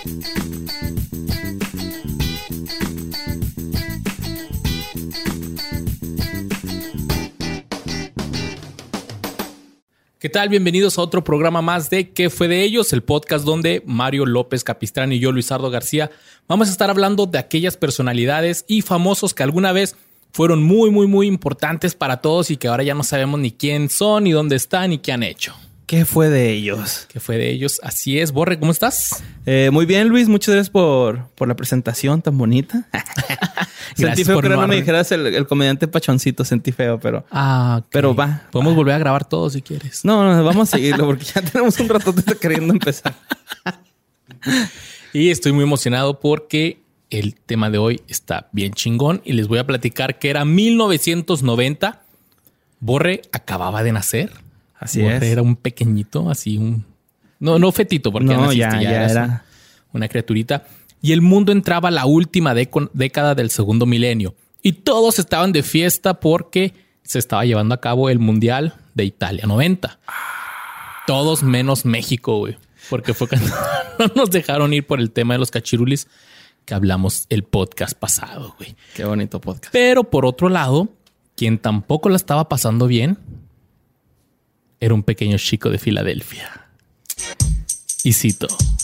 ¿Qué tal? Bienvenidos a otro programa más de ¿Qué fue de ellos? El podcast donde Mario López Capistrán y yo, Luisardo García, vamos a estar hablando de aquellas personalidades y famosos que alguna vez fueron muy importantes para todos y que ahora ya no sabemos ni quién son, ni dónde están, ni qué han hecho. ¿Qué fue de ellos? ¿Qué fue de ellos? Así es. Borre, ¿cómo estás? Muy bien, Luis. Muchas gracias por la presentación tan bonita. Sentí feo que no me dijeras el comediante pachoncito. Sentí feo, pero... okay. Pero va. Podemos volver a grabar todo si quieres. No, vamos a seguirlo porque ya tenemos un ratote queriendo empezar. Y estoy muy emocionado porque el tema de hoy está bien chingón y les voy a platicar que era 1990. Borre acababa de nacer. Así Borre es. Era un pequeñito, así un... No fetito, porque no, naciste, ya era una criaturita. Y el mundo entraba a la última década del segundo milenio. Y todos estaban de fiesta porque se estaba llevando a cabo el Mundial de Italia 90. Todos menos México, güey. Porque fue cuando no nos dejaron ir por el tema de los cachirulis que hablamos el podcast pasado, güey. Qué bonito podcast. Pero por otro lado, quien tampoco la estaba pasando bien era un pequeño chico de Filadelfia. Y cito: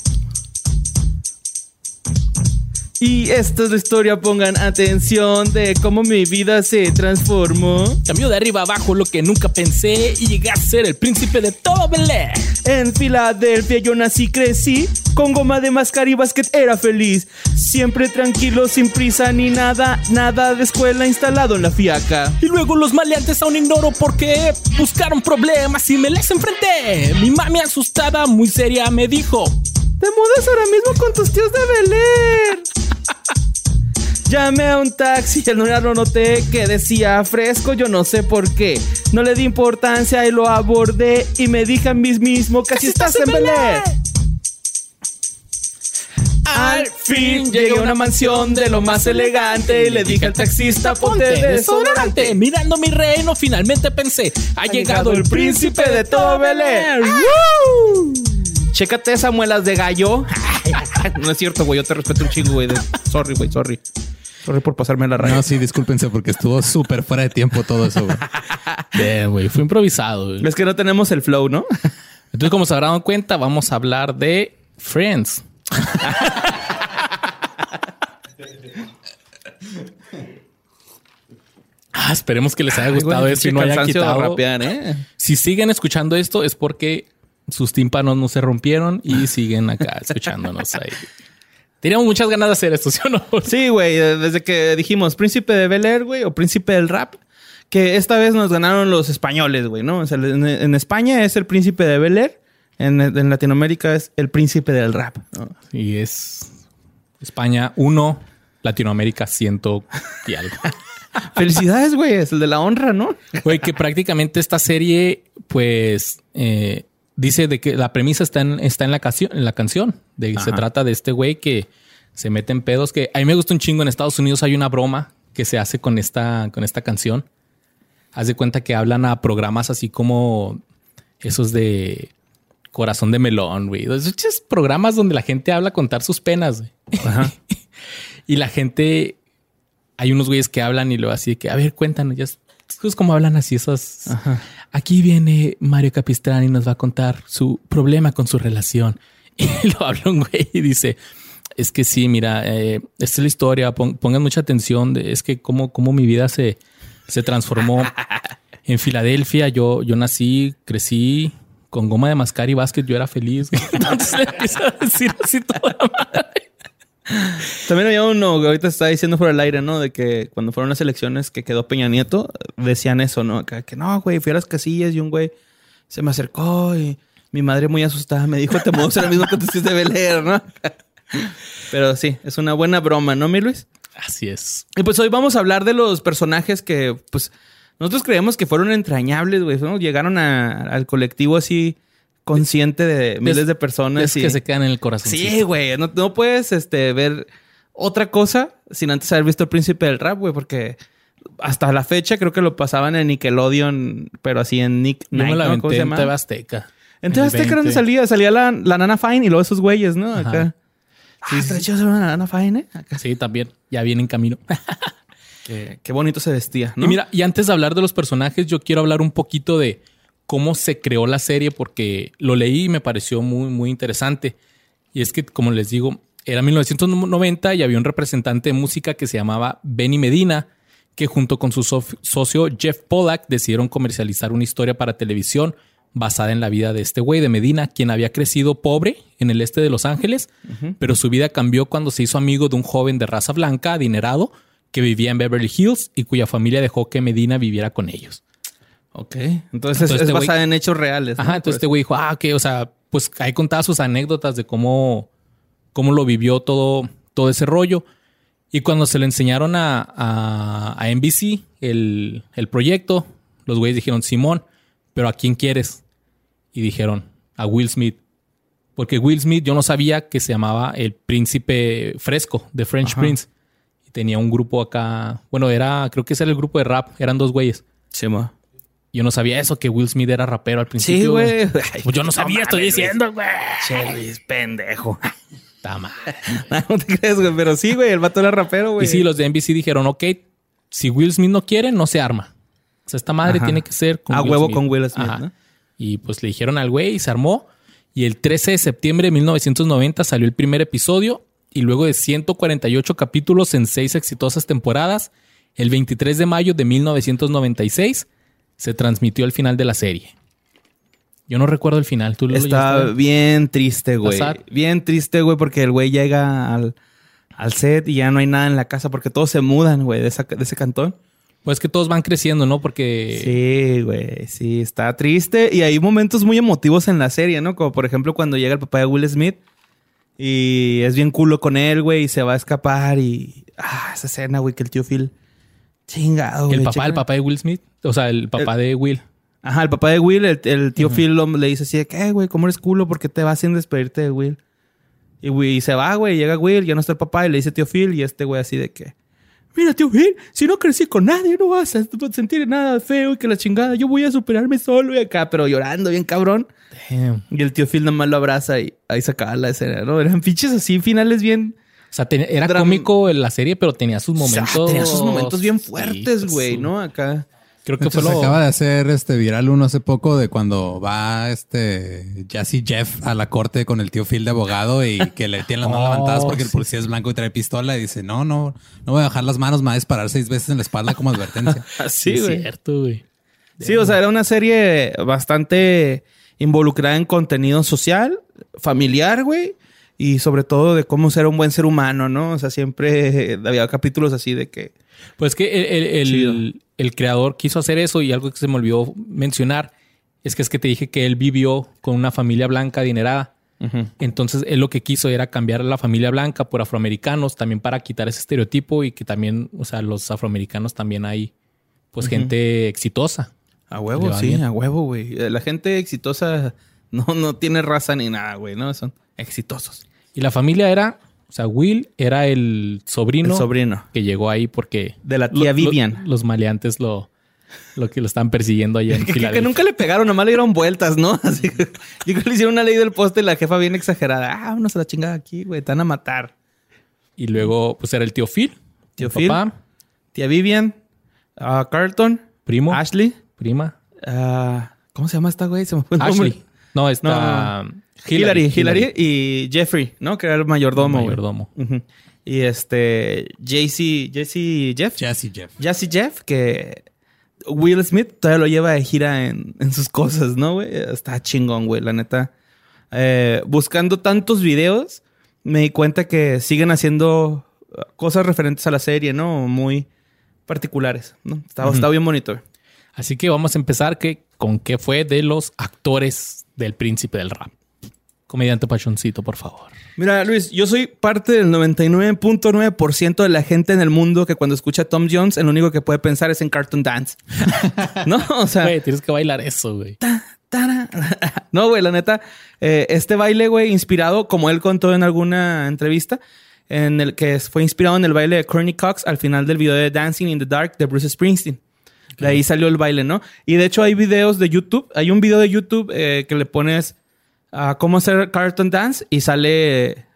y esta es la historia, pongan atención, de cómo mi vida se transformó. Cambió de arriba abajo lo que nunca pensé y llegué a ser el príncipe de todo Bel Air. En Filadelfia yo nací, crecí, con goma de mascar y básquet era feliz. Siempre tranquilo, sin prisa ni nada de escuela instalado en la fiaca. Y luego los maleantes aún ignoro por qué buscaron problemas y me les enfrenté. Mi mami asustada, muy seria, me dijo: te mudas ahora mismo con tus tíos de Bel Air. Llamé a un taxi y el número noté que decía fresco, yo no sé por qué. No le di importancia y lo abordé y me dije a mí mismo: casi estás en Bel Air. Al fin llegué a una mansión de lo más elegante y le dije al taxista: ponte desodorante. Mirando mi reino, finalmente pensé: ha llegado el príncipe de todo Bel Air. Chécate esas muelas de gallo. No es cierto, güey. Yo te respeto un chingo, güey. Sorry, güey. Sorry por pasarme la raya. No, sí, discúlpense porque estuvo súper fuera de tiempo todo eso, güey. Bien, güey. Fue improvisado, güey. Es que no tenemos el flow, ¿no? Entonces, como se habrán dado cuenta, vamos a hablar de Friends. Esperemos que les haya gustado esto y no haya quitado. Rapear, ¿eh? Si siguen escuchando esto es porque sus tímpanos no se rompieron y siguen acá escuchándonos ahí. Teníamos muchas ganas de hacer esto, ¿sí o no? Sí, güey. Desde que dijimos príncipe de Bel Air, güey, o príncipe del rap, que esta vez nos ganaron los españoles, güey, ¿no? O sea, en España es el príncipe de Bel Air, en Latinoamérica es el príncipe del rap, ¿no? Y es España 1, Latinoamérica 100 y algo. Felicidades, güey. Es el de la honra, ¿no? Güey, que prácticamente esta serie, pues... dice de que la premisa está en la canción. Se trata de este güey que se mete en pedos. Que a mí me gusta un chingo. En Estados Unidos hay una broma que se hace con esta canción. Haz de cuenta que hablan a programas así como esos de Corazón de Melón, güey. Esos programas donde la gente habla a contar sus penas, güey. Ajá. Y la gente... Hay unos güeyes que hablan y luego así de que, a ver, cuéntanos. Ya es como hablan así esos... Ajá. Aquí viene Mario Capistrán y nos va a contar su problema con su relación. Y lo habla un güey y dice: es que sí, mira, esta es la historia. Pongan mucha atención. Es que cómo mi vida se transformó. En Filadelfia yo nací, crecí con goma de mascar y básquet. Yo era feliz. Entonces le empieza a decir así toda la madre. También había uno que ahorita está diciendo fuera del aire, ¿no? De que cuando fueron las elecciones que quedó Peña Nieto, decían eso, ¿no? Acá, que no, güey, fui a las casillas y un güey se me acercó y mi madre muy asustada me dijo: te mueves ahora mismo que te estés de Bel Air, ¿no? Pero sí, es una buena broma, ¿no, mi Luis? Así es. Y pues hoy vamos a hablar de los personajes que, pues, nosotros creemos que fueron entrañables, güey, ¿no? Llegaron al colectivo así... consciente de miles de personas. Es que se quedan en el corazón. Sí, güey. No puedes ver otra cosa sin antes haber visto El Príncipe del Rap, güey. Porque hasta la fecha creo que lo pasaban en Nickelodeon, pero así en Nick Night. Yo me la aventé en TV Azteca. En TV Azteca, ¿dónde salía? Salía la Nana Fine y luego esos güeyes, ¿no? Ajá. Acá. Sí, está chido hacer una faena. Acá. Sí, también. Ya viene en camino. Qué bonito se vestía, ¿no? Y mira, y antes de hablar de los personajes, yo quiero hablar un poquito de cómo se creó la serie, porque lo leí y me pareció muy, muy interesante. Y es que, como les digo, era 1990 y había un representante de música que se llamaba Benny Medina, que junto con su socio Jeff Pollack decidieron comercializar una historia para televisión basada en la vida de este güey de Medina, quien había crecido pobre en el este de Los Ángeles, pero su vida cambió cuando se hizo amigo de un joven de raza blanca, adinerado, que vivía en Beverly Hills y cuya familia dejó que Medina viviera con ellos. Ok. Entonces es basada en hechos reales, ¿no? Ajá, entonces este güey dijo, o sea, pues ahí contaba sus anécdotas de cómo lo vivió todo ese rollo. Y cuando se lo enseñaron a NBC, el proyecto, los güeyes dijeron, Simón, ¿pero a quién quieres? Y dijeron, a Will Smith. Porque Will Smith, yo no sabía que se llamaba el Príncipe Fresco, de Fresh Prince. Y tenía un grupo acá, bueno, creo que ese era el grupo de rap, eran 2 güeyes. Sí, ma. Yo no sabía eso, que Will Smith era rapero al principio. Sí, güey. Pues yo no sabía, estoy diciendo, güey. Che, Luis, pendejo. Está mal. No te crees, güey. Pero sí, güey. El vato era rapero, güey. Y sí, los de NBC dijeron, ok, si Will Smith no quiere, no se arma. O sea, esta madre tiene que ser con Will huevo Smith. Con Will Smith, ¿no? Y pues le dijeron al güey y se armó. Y el 13 de septiembre de 1990 salió el primer episodio. Y luego de 148 capítulos en 6 exitosas temporadas, el 23 de mayo de 1996 se transmitió el final de la serie. Yo no recuerdo el final. ¿Tú Está bien triste, güey. Bien triste, güey, porque el güey llega al set y ya no hay nada en la casa porque todos se mudan, güey, de ese cantón. Pues que todos van creciendo, ¿no? Porque... Sí, güey. Sí, está triste. Y hay momentos muy emotivos en la serie, ¿no? Como por ejemplo cuando llega el papá de Will Smith y es bien culo con él, güey, y se va a escapar y... esa escena, güey, que el tío Phil... Chingado, güey. El papá de Will Smith. O sea, el papá de Will. Ajá, el papá de Will, el tío Phil le dice así de que, güey, ¿cómo eres culo? ¿Por qué te vas sin despedirte de Will? Y se va, güey, llega Will, ya no está el papá y le dice tío Phil y este güey así de que, mira, tío Phil, si no crecí con nadie, no vas a sentir nada feo y que la chingada, yo voy a superarme solo y acá, pero llorando bien cabrón. Damn. Y el tío Phil nomás lo abraza y ahí se acaba la escena, ¿no? Eran pinches así, finales bien... O sea, era cómico en la serie, pero tenía sus momentos... O sea, tenía sus momentos bien fuertes, güey, ¿no? Acá... Creo que se acaba de hacer viral uno hace poco de cuando va Jazzy Jeff a la corte con el tío Phil de abogado y que le tienen las manos levantadas porque el policía es blanco y trae pistola y dice, no voy a bajar las manos, me voy a disparar 6 veces en la espalda como advertencia. Sí, güey. Es cierto, güey. Sí, o sea, era una serie bastante involucrada en contenido social, familiar, güey. Y sobre todo de cómo ser un buen ser humano, ¿no? O sea, siempre había capítulos así de que... Pues que el creador quiso hacer eso y algo que se me olvidó mencionar es que te dije que él vivió con una familia blanca adinerada. Uh-huh. Entonces, él lo que quiso era cambiar a la familia blanca por afroamericanos también para quitar ese estereotipo y que también, o sea, los afroamericanos también hay, pues, gente exitosa. A huevo, sí, bien. A huevo, güey. La gente exitosa no tiene raza ni nada, güey, ¿no? Son exitosos. Y la familia era... O sea, Will era el sobrino. El sobrino. Que llegó ahí porque... De la tía Vivian. Los maleantes lo estaban persiguiendo allá en Filadelfia. Que nunca le pegaron, nomás le dieron vueltas, ¿no? Así que yo creo que le hicieron una ley del poste y la jefa bien exagerada. Vámonos a la chingada aquí, güey. Te van a matar. Y luego, pues, era el tío Phil. Tío Phil. Papá. Tía Vivian. Carlton. Primo. Ashley. Prima. ¿Cómo se llama esta güey? Se me fue el Ashley. nombre. No, está... No. Hillary y Jeffrey, ¿no? Que era el mayordomo. Uh-huh. Y Jazzy Jeff, que Will Smith todavía lo lleva de gira en sus cosas, ¿no, güey? Está chingón, güey, la neta. Buscando tantos videos, me di cuenta que siguen haciendo cosas referentes a la serie, ¿no? Muy particulares, ¿no? Está bien bonito, güey. Así que vamos a empezar con qué fue de los actores del Príncipe del Rap. Comediante Pachoncito, por favor. Mira, Luis, yo soy parte del 99.9% de la gente en el mundo que cuando escucha a Tom Jones, el único que puede pensar es en Cartoon Dance. ¿No? O sea... Güey, tienes que bailar eso, güey. No, güey, la neta. Este baile, güey, inspirado, como él contó en alguna entrevista, en el que fue inspirado en el baile de Courtney Cox al final del video de Dancing in the Dark de Bruce Springsteen. De ahí salió el baile, ¿no? Y de hecho hay videos de YouTube. Hay un video de YouTube que le pones... cómo hacer Cartoon Dance y sale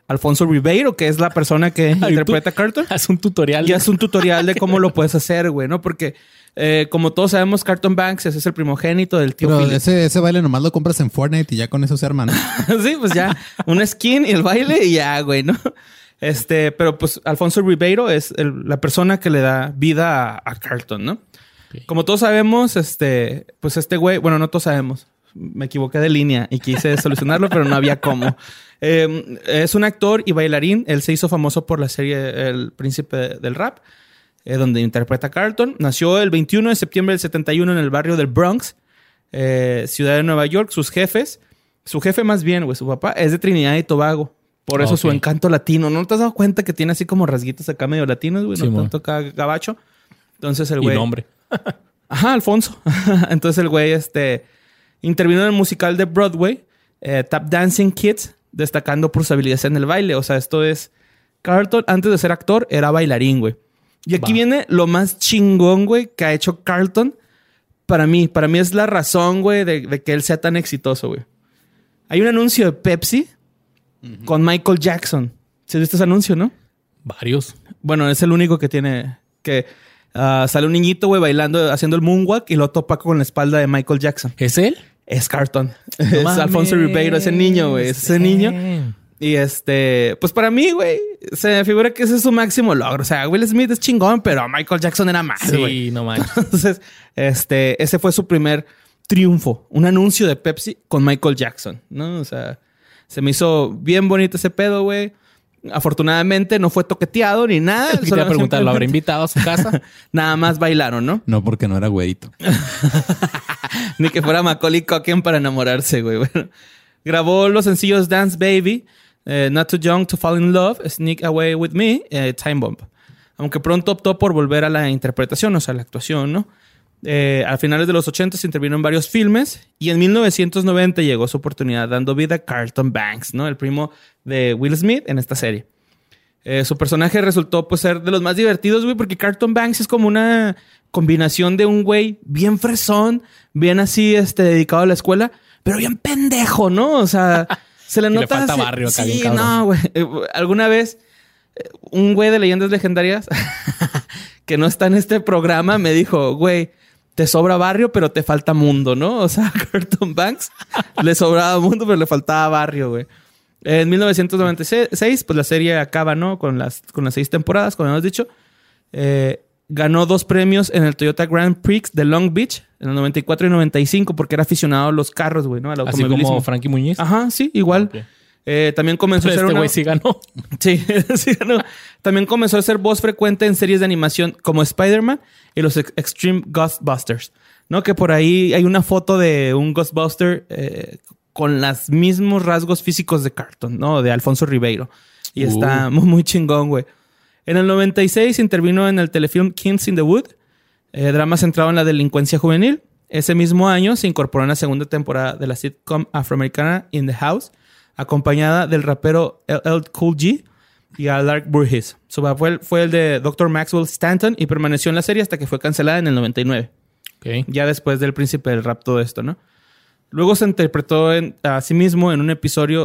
Alfonso Ribeiro, que es la persona que interpreta a Carlton. Haz un tutorial. Y haz un tutorial de cómo lo puedes hacer, güey, ¿no? Porque como todos sabemos, Carlton Banks es el primogénito del tío Pero Philip. ese baile nomás lo compras en Fortnite y ya con eso se arman. Sí, pues ya una skin y el baile y ya, güey, ¿no? Pero pues Alfonso Ribeiro es la persona que le da vida a Carlton, ¿no? Okay. Como todos sabemos, pues este güey, bueno, no todos sabemos. Me equivoqué de línea y quise solucionarlo, pero no había cómo. Es un actor y bailarín. Él se hizo famoso por la serie El Príncipe del Rap, donde interpreta a Carlton. Nació el 21 de septiembre del 71 en el barrio del Bronx, ciudad de Nueva York. Su jefe más bien, güey, su papá, es de Trinidad y Tobago. Por eso su encanto latino. ¿No te has dado cuenta que tiene así como rasguitos acá medio latinos, güey? No tanto acá gabacho. Entonces el güey... Y nombre. Ajá, Alfonso. Entonces el güey, intervino en el musical de Broadway, Tap Dancing Kids, destacando por su habilidad en el baile. O sea, esto es... Carlton, antes de ser actor, era bailarín, güey. Y aquí viene lo más chingón, güey, que ha hecho Carlton para mí. Para mí es la razón, güey, de que él sea tan exitoso, güey. Hay un anuncio de Pepsi con Michael Jackson. ¿Se viste ese anuncio, no? Varios. Bueno, es el único que tiene... que sale un niñito, güey, bailando, haciendo el moonwalk y lo topa con la espalda de Michael Jackson. ¿Es él? Es Carlton. Es Alfonso Ribeiro, ese niño, güey. Es ese niño. Y pues para mí, güey, se me figura que ese es su máximo logro. O sea, Will Smith es chingón, pero Michael Jackson era más, güey. Sí, no manches. Entonces, ese fue su primer triunfo. Un anuncio de Pepsi con Michael Jackson, ¿no? O sea, se me hizo bien bonito ese pedo, güey. Afortunadamente no fue toqueteado ni nada. Te iba a preguntar, ¿lo habrá invitado a su casa? Nada más bailaron, ¿no? No, porque no era güerito. Ni que fuera Macaulay Culkin para enamorarse, güey. Bueno, grabó los sencillos Dance Baby, Not Too Young to Fall in Love, Sneak Away With Me, Time Bomb. Aunque pronto optó por volver a la interpretación, o sea, la actuación, ¿no? A finales de los 80 se intervino en varios filmes y en 1990 llegó su oportunidad dando vida a Carlton Banks, ¿no? El primo de Will Smith en esta serie. Su personaje resultó pues ser de los más divertidos, güey, porque Carlton Banks es como una combinación de un güey bien fresón, bien así, dedicado a la escuela, pero bien pendejo, ¿no? O sea, se le nota... le falta barrio acá, sí, bien cabrón. no, güey. Alguna vez un güey de Leyendas Legendarias que no está en este programa me dijo, güey, te sobra barrio, pero te falta mundo, ¿no? O sea, a Carlton Banks le sobraba mundo, pero le faltaba barrio, güey. En 1996, pues la serie acaba, ¿no? Con las 6 temporadas, como hemos dicho. Ganó 2 premios en el Toyota Grand Prix de Long Beach en el 94 y 95 porque era aficionado a los carros, güey, ¿no? Al Así automovilismo. como Frankie Muñiz. Ajá, sí, igual. Okay. También comenzó a ser Este güey sí ganó. Sí, sí ganó. También comenzó a ser voz frecuente en series de animación como Spider-Man y los Extreme Ghostbusters, ¿no? Que por ahí hay una foto de un Ghostbuster con los mismos rasgos físicos de Carlton, ¿no? De Alfonso Ribeiro. Y está muy, muy chingón, güey. En el 96 intervino en el telefilm Kings in the Wood, drama centrado en la delincuencia juvenil. Ese mismo año se incorporó en la segunda temporada de la sitcom afroamericana In the House, acompañada del rapero LL Cool G y a Lark Burgess. Su papel fue el de Dr. Maxwell Stanton y permaneció en la serie hasta que fue cancelada en el 99. Okay. Ya después del Príncipe del Rap, todo esto, ¿no? Luego se interpretó a sí mismo en un episodio.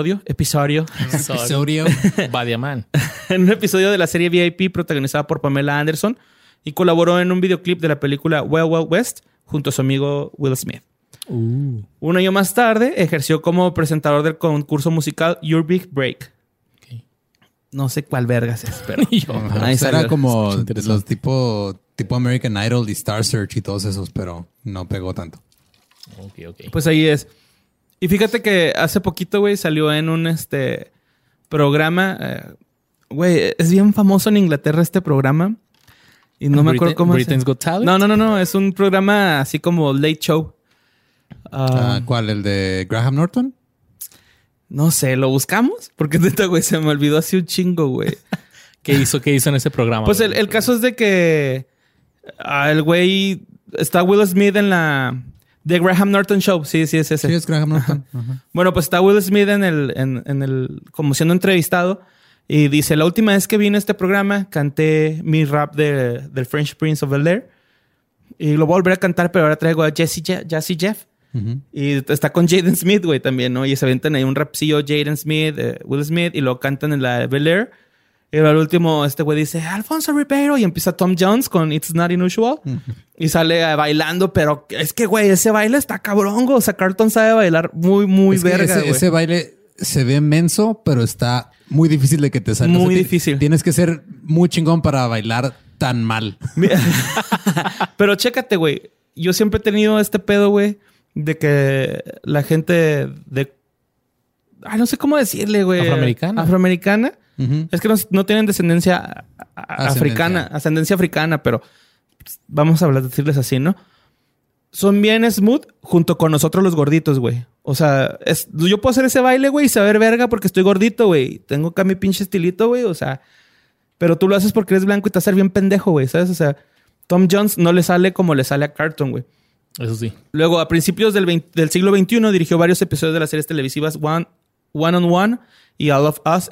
Badiaman. En un episodio de la serie VIP protagonizada por Pamela Anderson y colaboró en un videoclip de la película Wild Wild West junto a su amigo Will Smith. Un año más tarde ejerció como presentador del concurso musical Your Big Break. Okay. No sé cuál vergas es, pero Ahí era como los tipo American Idol y Star Search y todos esos, pero no pegó tanto. Okay. Pues ahí es. Y fíjate que hace poquito, güey, salió en un programa. Güey, es bien famoso en Inglaterra este programa. Y no me acuerdo cómo Britain's Got Talent. No. Es un programa así como Late Show. ¿Cuál? ¿El de Graham Norton? No sé, ¿lo buscamos? Porque neta, güey, se me olvidó así un chingo, güey. ¿Qué hizo en ese programa? Pues el caso es de que el güey está Will Smith en la The Graham Norton Show. Sí, es ese. Sí, es Graham Norton. Ajá. Bueno, pues está Will Smith en el como siendo entrevistado y dice, la última vez que vine a este programa canté mi rap del French Prince of Bel-Air y lo voy a volver a cantar, pero ahora traigo a Jazzy Jeff. Y está con Jaden Smith, güey, también, ¿no? Y se aventan ahí un rapcillo Jaden Smith, Will Smith, y lo cantan en la de Bel Air. Y al último, este güey dice, Alfonso Ribeiro, y empieza Tom Jones con It's Not Unusual. Y sale bailando, pero es que, güey, ese baile está cabrón, güey. O sea, Carlton sabe bailar muy verga, güey. Ese baile se ve menso, pero está muy difícil de que te salga. Muy difícil. Tienes que ser muy chingón para bailar tan mal. Pero chécate, güey. Yo siempre he tenido este pedo, güey, de que la gente de... no sé cómo decirle, güey. Afroamericana. Es que no tienen descendencia africana, ascendencia africana, pero vamos a decirles así, ¿no? Son bien smooth junto con nosotros los gorditos, güey. O sea, yo puedo hacer ese baile, güey, y saber verga porque estoy gordito, güey. Tengo acá mi pinche estilito, güey. O sea, pero tú lo haces porque eres blanco y te vas a ser bien pendejo, güey, ¿sabes? O sea, Tom Jones no le sale como le sale a Carlton, güey. Eso sí. Luego, a principios del siglo XXI, dirigió varios episodios de las series televisivas One on One y All of Us.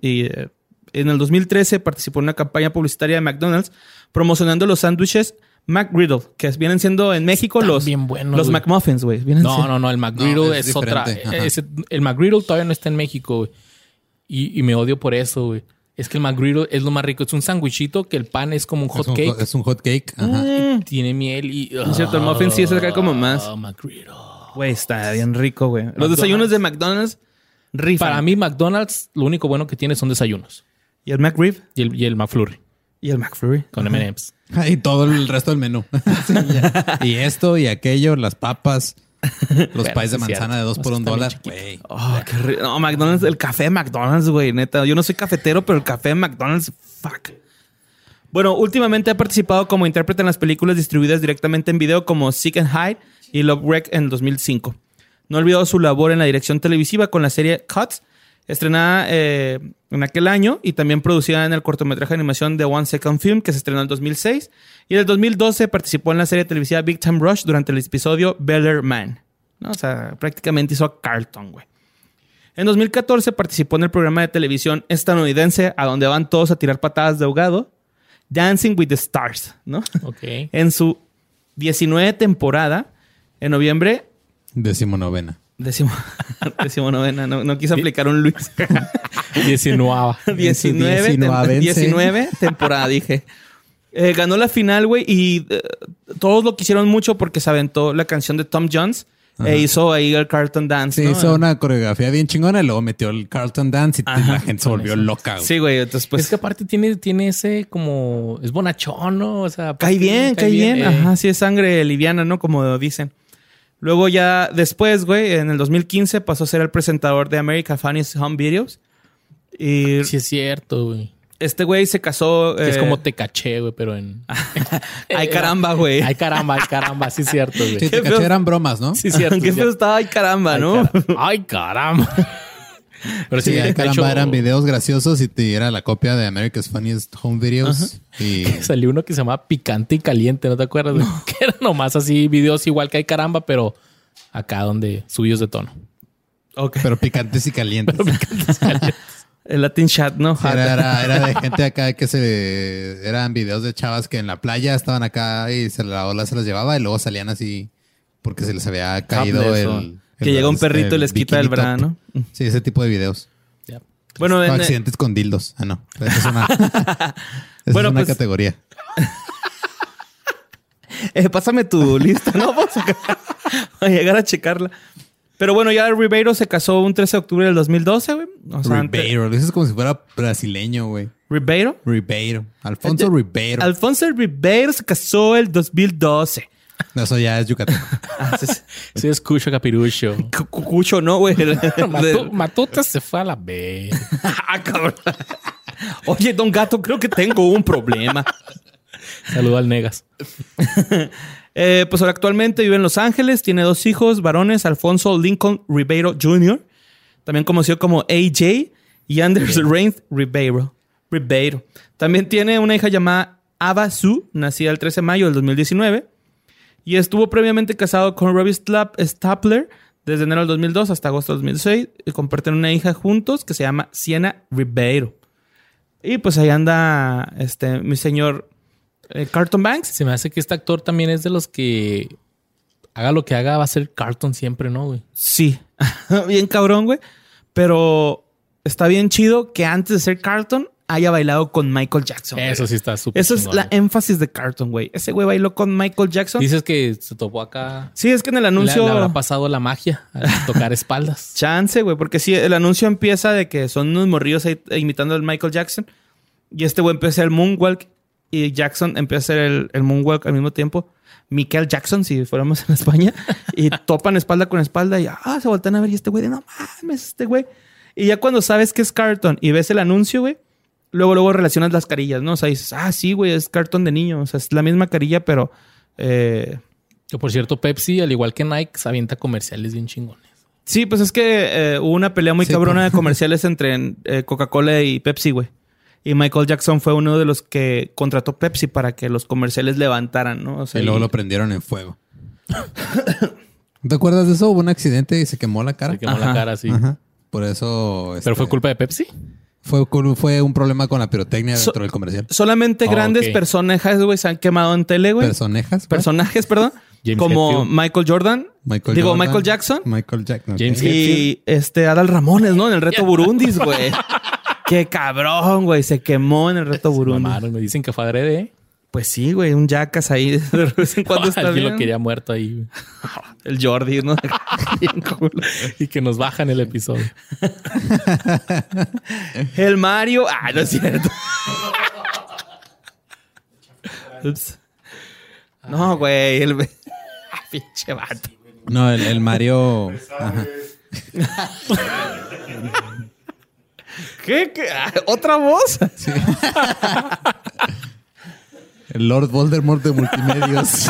En el 2013 participó en una campaña publicitaria de McDonald's promocionando los sándwiches McGriddle, que vienen siendo en México los McMuffins, güey. No, el McGriddle es otra. El McGriddle todavía no está en México, güey. Y me odio por eso, güey. Es que el McGriddle es lo más rico. Es un sándwichito que el pan es como un hot cake. Es un hot cake. Ajá. Y tiene miel y... Es cierto, el muffin sí es acá como más... McGriddle. Güey, está bien rico, güey. Los desayunos de McDonald's rifan. Para mí, McDonald's, lo único bueno que tiene son desayunos. ¿Y el McRib? Y el McFlurry. Y el McFlurry. Con M&M's. Y todo el resto del menú. Y esto y aquello, las papas, los pies de manzana de 2 por $1. Güey. Oh, qué rico. No, McDonald's, el café de McDonald's, güey, neta. Yo no soy cafetero, pero el café de McDonald's, fuck. Bueno, últimamente ha participado como intérprete en las películas distribuidas directamente en video como Sick and Hide y Love Wreck en 2005. No olvidó su labor en la dirección televisiva con la serie Cuts, estrenada en aquel año y también producida en el cortometraje de animación de One Second Film, que se estrenó en 2006. Y en el 2012 participó en la serie televisiva Big Time Rush durante el episodio Better Man, ¿no? O sea, prácticamente hizo a Carlton, güey. En 2014 participó en el programa de televisión estadounidense a donde van todos a tirar patadas de ahogado, Dancing with the Stars, ¿no? Okay. En su 19 temporada, en noviembre... 19ª. 19ª. No quise aplicar un Luis. 19 temporada, dije. Ganó la final, güey, y todos lo quisieron mucho porque se aventó la canción de Tom Jones. E hizo ahí el Carlton Dance, sí, ¿no? Hizo una coreografía bien chingona y luego metió el Carlton Dance y la gente se volvió loca, güey. Sí, güey. Entonces, pues... Es que aparte tiene ese como... Es bonachón, ¿no? O sea... Cae bien. Ajá, sí, es sangre liviana, ¿no? Como dicen. Luego ya después, güey, en el 2015 pasó a ser el presentador de America's Funniest Home Videos. Y sí es cierto, güey. Este güey se casó... Es como Te Caché, güey, pero en... Ay, caramba, güey. Ay, caramba. Sí es cierto, güey. Sí, Te Caché eran bromas, ¿no? Sí es cierto. Qué feo estaba Ay, caramba, ¿no? Ay, caramba. Pero sí, Ay, caramba, eran videos graciosos y te era la copia de America's Funniest Home Videos. Y... Salió uno que se llamaba Picante y Caliente, ¿no te acuerdas? No. Que eran nomás así videos igual que Ay, caramba, pero acá donde subidos de tono. Okay. Pero picantes y calientes. El Latin Chat, ¿no? Sí, era de gente acá que eran videos de chavas que en la playa estaban acá y la ola se los llevaba y luego salían así porque se les había caído que llega un perrito y les quita el bra, ¿no? Sí, ese tipo de videos. Yep. Bueno, accidentes con dildos. Ah, no. Esa es una, una categoría. Pásame tu lista, ¿no? Vamos a llegar a checarla. Pero bueno, ya Ribeiro se casó un 13 de octubre del 2012, güey. O sea, Ribeiro. Eso es como si fuera brasileño, güey. ¿Ribeiro? Ribeiro. Alfonso Ribeiro. Alfonso Ribeiro se casó el 2012. No, eso ya es yucateco. Sí, es Cucho Capirucho. Cucho, no, güey. Matuta se fue a la B. Cabrón. Oye, don Gato, creo que tengo un problema. Saludo al Negas. Pues ahora actualmente vive en Los Ángeles. Tiene 2 hijos varones. Alfonso Lincoln Ribeiro Jr., también conocido como AJ, y Anders Reigns Ribeiro. También tiene una hija llamada Ava Sue, nacida el 13 de mayo del 2019. Y estuvo previamente casado con Robbie Stapler desde enero del 2002 hasta agosto del 2006. Y comparten una hija juntos que se llama Sienna Ribeiro. Y pues ahí anda mi señor Carlton Banks. Se me hace que este actor también es de los que haga lo que haga, va a ser Carlton siempre, ¿no, güey? Sí. Bien cabrón, güey. Pero está bien chido que antes de ser Carlton haya bailado con Michael Jackson. Eso güey. sí está súper Eso es chingón, la güey. énfasis de Carlton, güey. Ese güey bailó con Michael Jackson. Dices que se topó acá. Sí, es que en el anuncio... Le habrá pasado la magia a tocar espaldas. Chance, güey. Porque sí, el anuncio empieza de que son unos morrillos ahí imitando al Michael Jackson. Y este güey empieza a hacer el moonwalk. Y Jackson empieza a hacer el moonwalk al mismo tiempo. Michael Jackson, si fuéramos en España. Y topan espalda con espalda. Y se voltean a ver. Y este güey de no mames, este güey. Y ya cuando sabes que es Carlton y ves el anuncio, güey. Luego relacionas las carillas, ¿no? O sea, dices, sí, güey, es Carlton de niño. O sea, es la misma carilla, pero... Que por cierto, Pepsi, al igual que Nike, se avienta comerciales bien chingones. Sí, pues es que hubo una pelea muy cabrona de comerciales entre Coca-Cola y Pepsi, güey. Y Michael Jackson fue uno de los que contrató Pepsi para que los comerciales levantaran, ¿no? O sea, y luego lo prendieron en fuego. ¿Te acuerdas de eso? Hubo un accidente y se quemó la cara. Se quemó la cara, sí. Ajá. Por eso... ¿Pero fue culpa de Pepsi? Fue un problema con la pirotecnia dentro del comercial. Solamente grandes personajes, güey, se han quemado en tele, güey. Personajes, perdón. Como Michael Jordan. Michael Jackson. Michael Jackson. James y Adal Ramones, ¿no? En el reto Burundis, güey. Qué cabrón, güey. Se quemó en el reto Burundi. Me dicen que fue adrede, ¿eh? Pues sí, güey. Un Jackass ahí de vez en cuando está Alguien bien. lo quería muerto ahí, güey. El Jordi, ¿no? Bien cool. Y que nos bajan el episodio. El Mario. No es cierto. Ups. No, güey. Pinche vato. No, el Mario... Ajá. ¿Qué? ¿Otra voz? Sí. El Lord Voldemort de multimedios.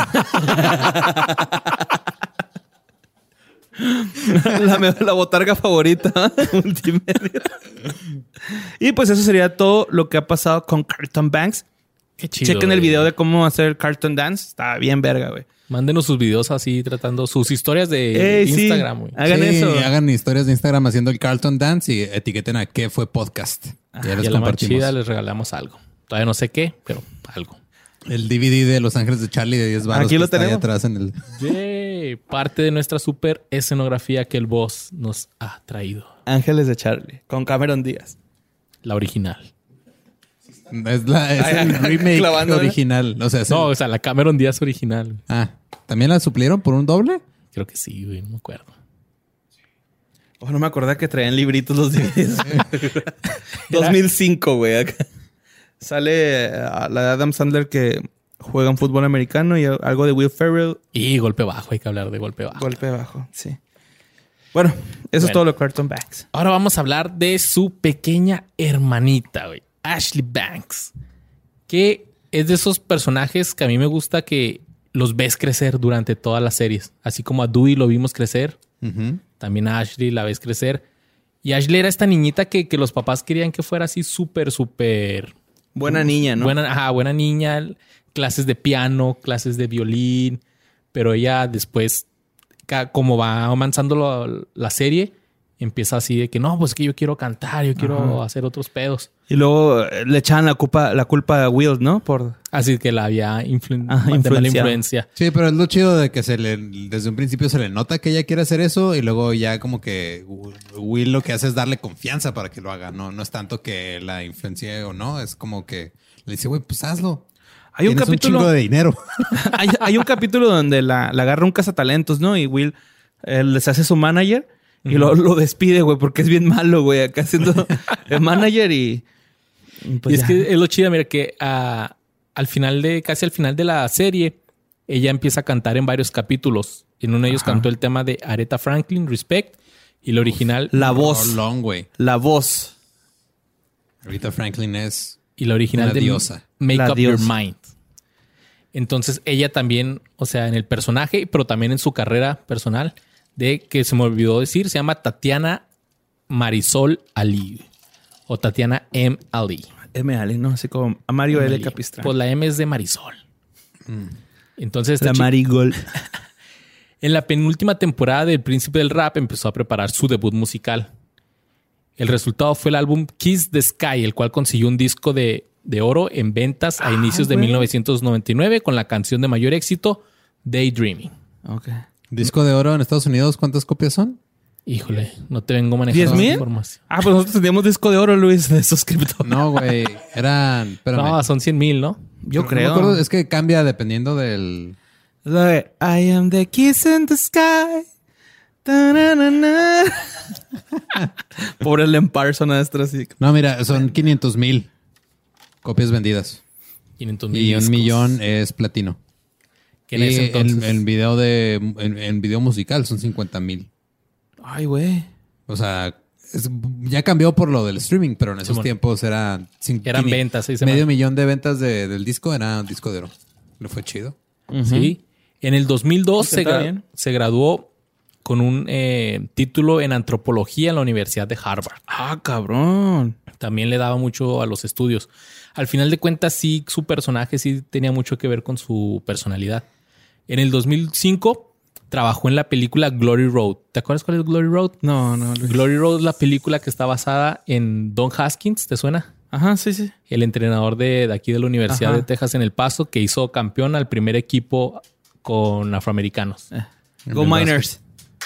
la botarga favorita. Multimedia. Y pues eso sería todo lo que ha pasado con Carlton Banks. Qué chido. Chequen el video de cómo hacer Carlton Dance. Está bien verga, güey. Mándenos sus videos así, tratando sus historias de Instagram, güey. Hagan eso. Hagan historias de Instagram haciendo el Carlton Dance y etiqueten a qué fue podcast. Ya les y a la más compartimos. chida les regalamos algo. Todavía no sé qué, pero algo. El DVD de Los Ángeles de Charlie de 10 baros. Aquí lo está ahí tenemos. atrás en el... Yay. Parte de nuestra super escenografía que el boss nos ha traído. Ángeles de Charlie. Con Cameron Díaz. La original. Es el remake Clavando, original. O sea, No, o sea, la Cameron Díaz original. ¿también la suplieron por un doble? Creo que sí, güey. No me acuerdo. No me acordaba que traían libritos los DVDs. 2005, güey. Acá. Sale a la de Adam Sandler que juega en fútbol americano y algo de Will Ferrell. Y golpe bajo. Hay que hablar de golpe bajo. Golpe bajo, sí. Bueno, eso es todo lo de Carlton Banks. Ahora vamos a hablar de su pequeña hermanita, güey. Ashley Banks. Que es de esos personajes que a mí me gusta que los ves crecer durante todas las series. Así como a Dewey lo vimos crecer. También a Ashley la ves crecer. Y Ashley era esta niñita que los papás querían que fuera así súper... Buena niña, ¿no? Buena niña. Clases de piano, clases de violín. Pero ella después, como va avanzando la serie, empieza así de que no, pues que yo quiero cantar, yo quiero hacer otros pedos. Y luego le echaban la culpa a Will, ¿no? Así que la había influencia. Sí, pero es lo chido de que desde un principio se le nota que ella quiere hacer eso y luego ya como que Will lo que hace es darle confianza para que lo haga. No es tanto que la influencie o no, es como que le dice, güey, pues hazlo. Hay un capítulo... un chingo de dinero. hay un capítulo donde la agarra un cazatalentos, ¿no? Y Will les hace su manager y lo despide, güey, porque es bien malo, güey, acá siendo el manager y... Pues y es que es lo chido, mira, que casi al final de la serie, ella empieza a cantar en varios capítulos. En uno de ellos cantó el tema de Aretha Franklin, Respect, y la original... La voz. Güey. La voz. Aretha Franklin es... Y la original una de diosa. Make La Up diosa. Your Mind. Entonces ella también, o sea, en el personaje, pero también en su carrera personal, de que se me olvidó decir, se llama Tatiana Marisol Ali. O Tatiana M. Ali. M. Ali, ¿no? Así como a Mario L. Ali. Capistrán. Pues la M es de Marisol. Entonces la Marigold. en la penúltima temporada del Príncipe del Rap empezó a preparar su debut musical. El resultado fue el álbum Kiss the Sky, el cual consiguió un disco de oro en ventas a inicios de 1999 con la canción de mayor éxito, Daydreaming. Ok. Disco de oro en Estados Unidos, ¿cuántas copias son? Híjole, no te vengo manejando esa información. Ah, pues nosotros teníamos disco de oro, Luis, de suscriptor. No, güey. Eran... Espérame. No, son 100,000, ¿no? Yo No creo. me acuerdo, es que cambia dependiendo del... I am the kiss in the sky. Ta-na-na-na. Pobre Len Parsons, así. No, mira, son 500,000 copias vendidas. 500,000 Y discos. 1 millón es platino. Que en Y ese entonces... en video musical son 50,000. Ay, güey. O sea, ya cambió por lo del streaming, pero en esos tiempos eran ventas. Sí, medio millón de ventas del disco. Era un disco de oro. Le fue chido. Sí. En el 2002 Está bien. se graduó con un título en antropología en la Universidad de Harvard. Ah, cabrón. También le daba mucho a los estudios. Al final de cuentas, sí, su personaje sí tenía mucho que ver con su personalidad. En el 2005 trabajó en la película Glory Road. ¿Te acuerdas cuál es Glory Road? No, Luis. Glory Road es la película que está basada en Don Haskins. ¿Te suena? Ajá, sí, sí. El entrenador de aquí de la Universidad Ajá. de Texas en El Paso, que hizo campeón al primer equipo con afroamericanos. Go Miners.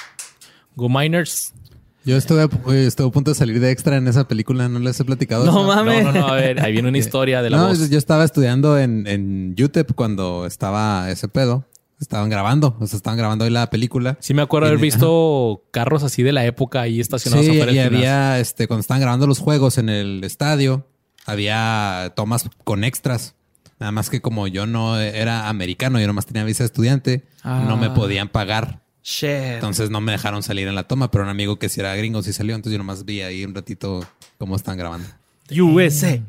Go Miners. Yo estuve a punto de salir de extra en esa película. ¿No les he platicado No eso? mames. No. A ver, ahí viene una historia de la No, voz. yo estaba estudiando en UTEP cuando estaba ese pedo. Estaban grabando ahí la película. Sí me acuerdo haber visto carros así de la época ahí estacionados Sí, afuera y del gimnasio. había, cuando estaban grabando los juegos en el estadio, había tomas con extras. Nada más que como yo no era americano, yo nomás tenía visa de estudiante, no me podían pagar. Shit. Entonces no me dejaron salir en la toma, pero un amigo que si era gringo sí salió. Entonces yo nomás vi ahí un ratito cómo están grabando. USA.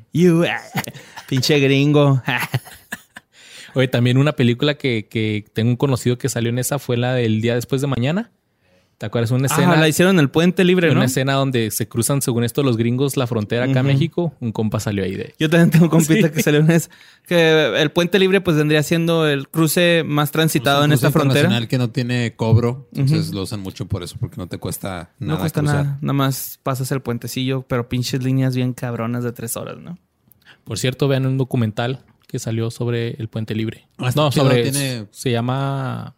Pinche gringo. Oye, también una película que tengo un conocido que salió en esa fue la del Día Después de Mañana. ¿Te acuerdas? Una escena, La hicieron en el Puente Libre, ¿no? una escena donde se cruzan, según esto, los gringos la frontera acá a México. Un compa salió ahí de... Yo también tengo un compita Sí. que salió en eso. Que el Puente Libre pues vendría siendo el cruce más transitado en esta frontera. Internacional que no tiene cobro. Entonces lo usan mucho por eso, porque no te cuesta nada No cuesta cruzar. nada. Nada más pasas el puentecillo, pero pinches líneas bien cabronas de 3 horas, ¿no? Por cierto, vean un documental que salió sobre el Puente Libre. está No, chido, sobre... tiene- Se llama...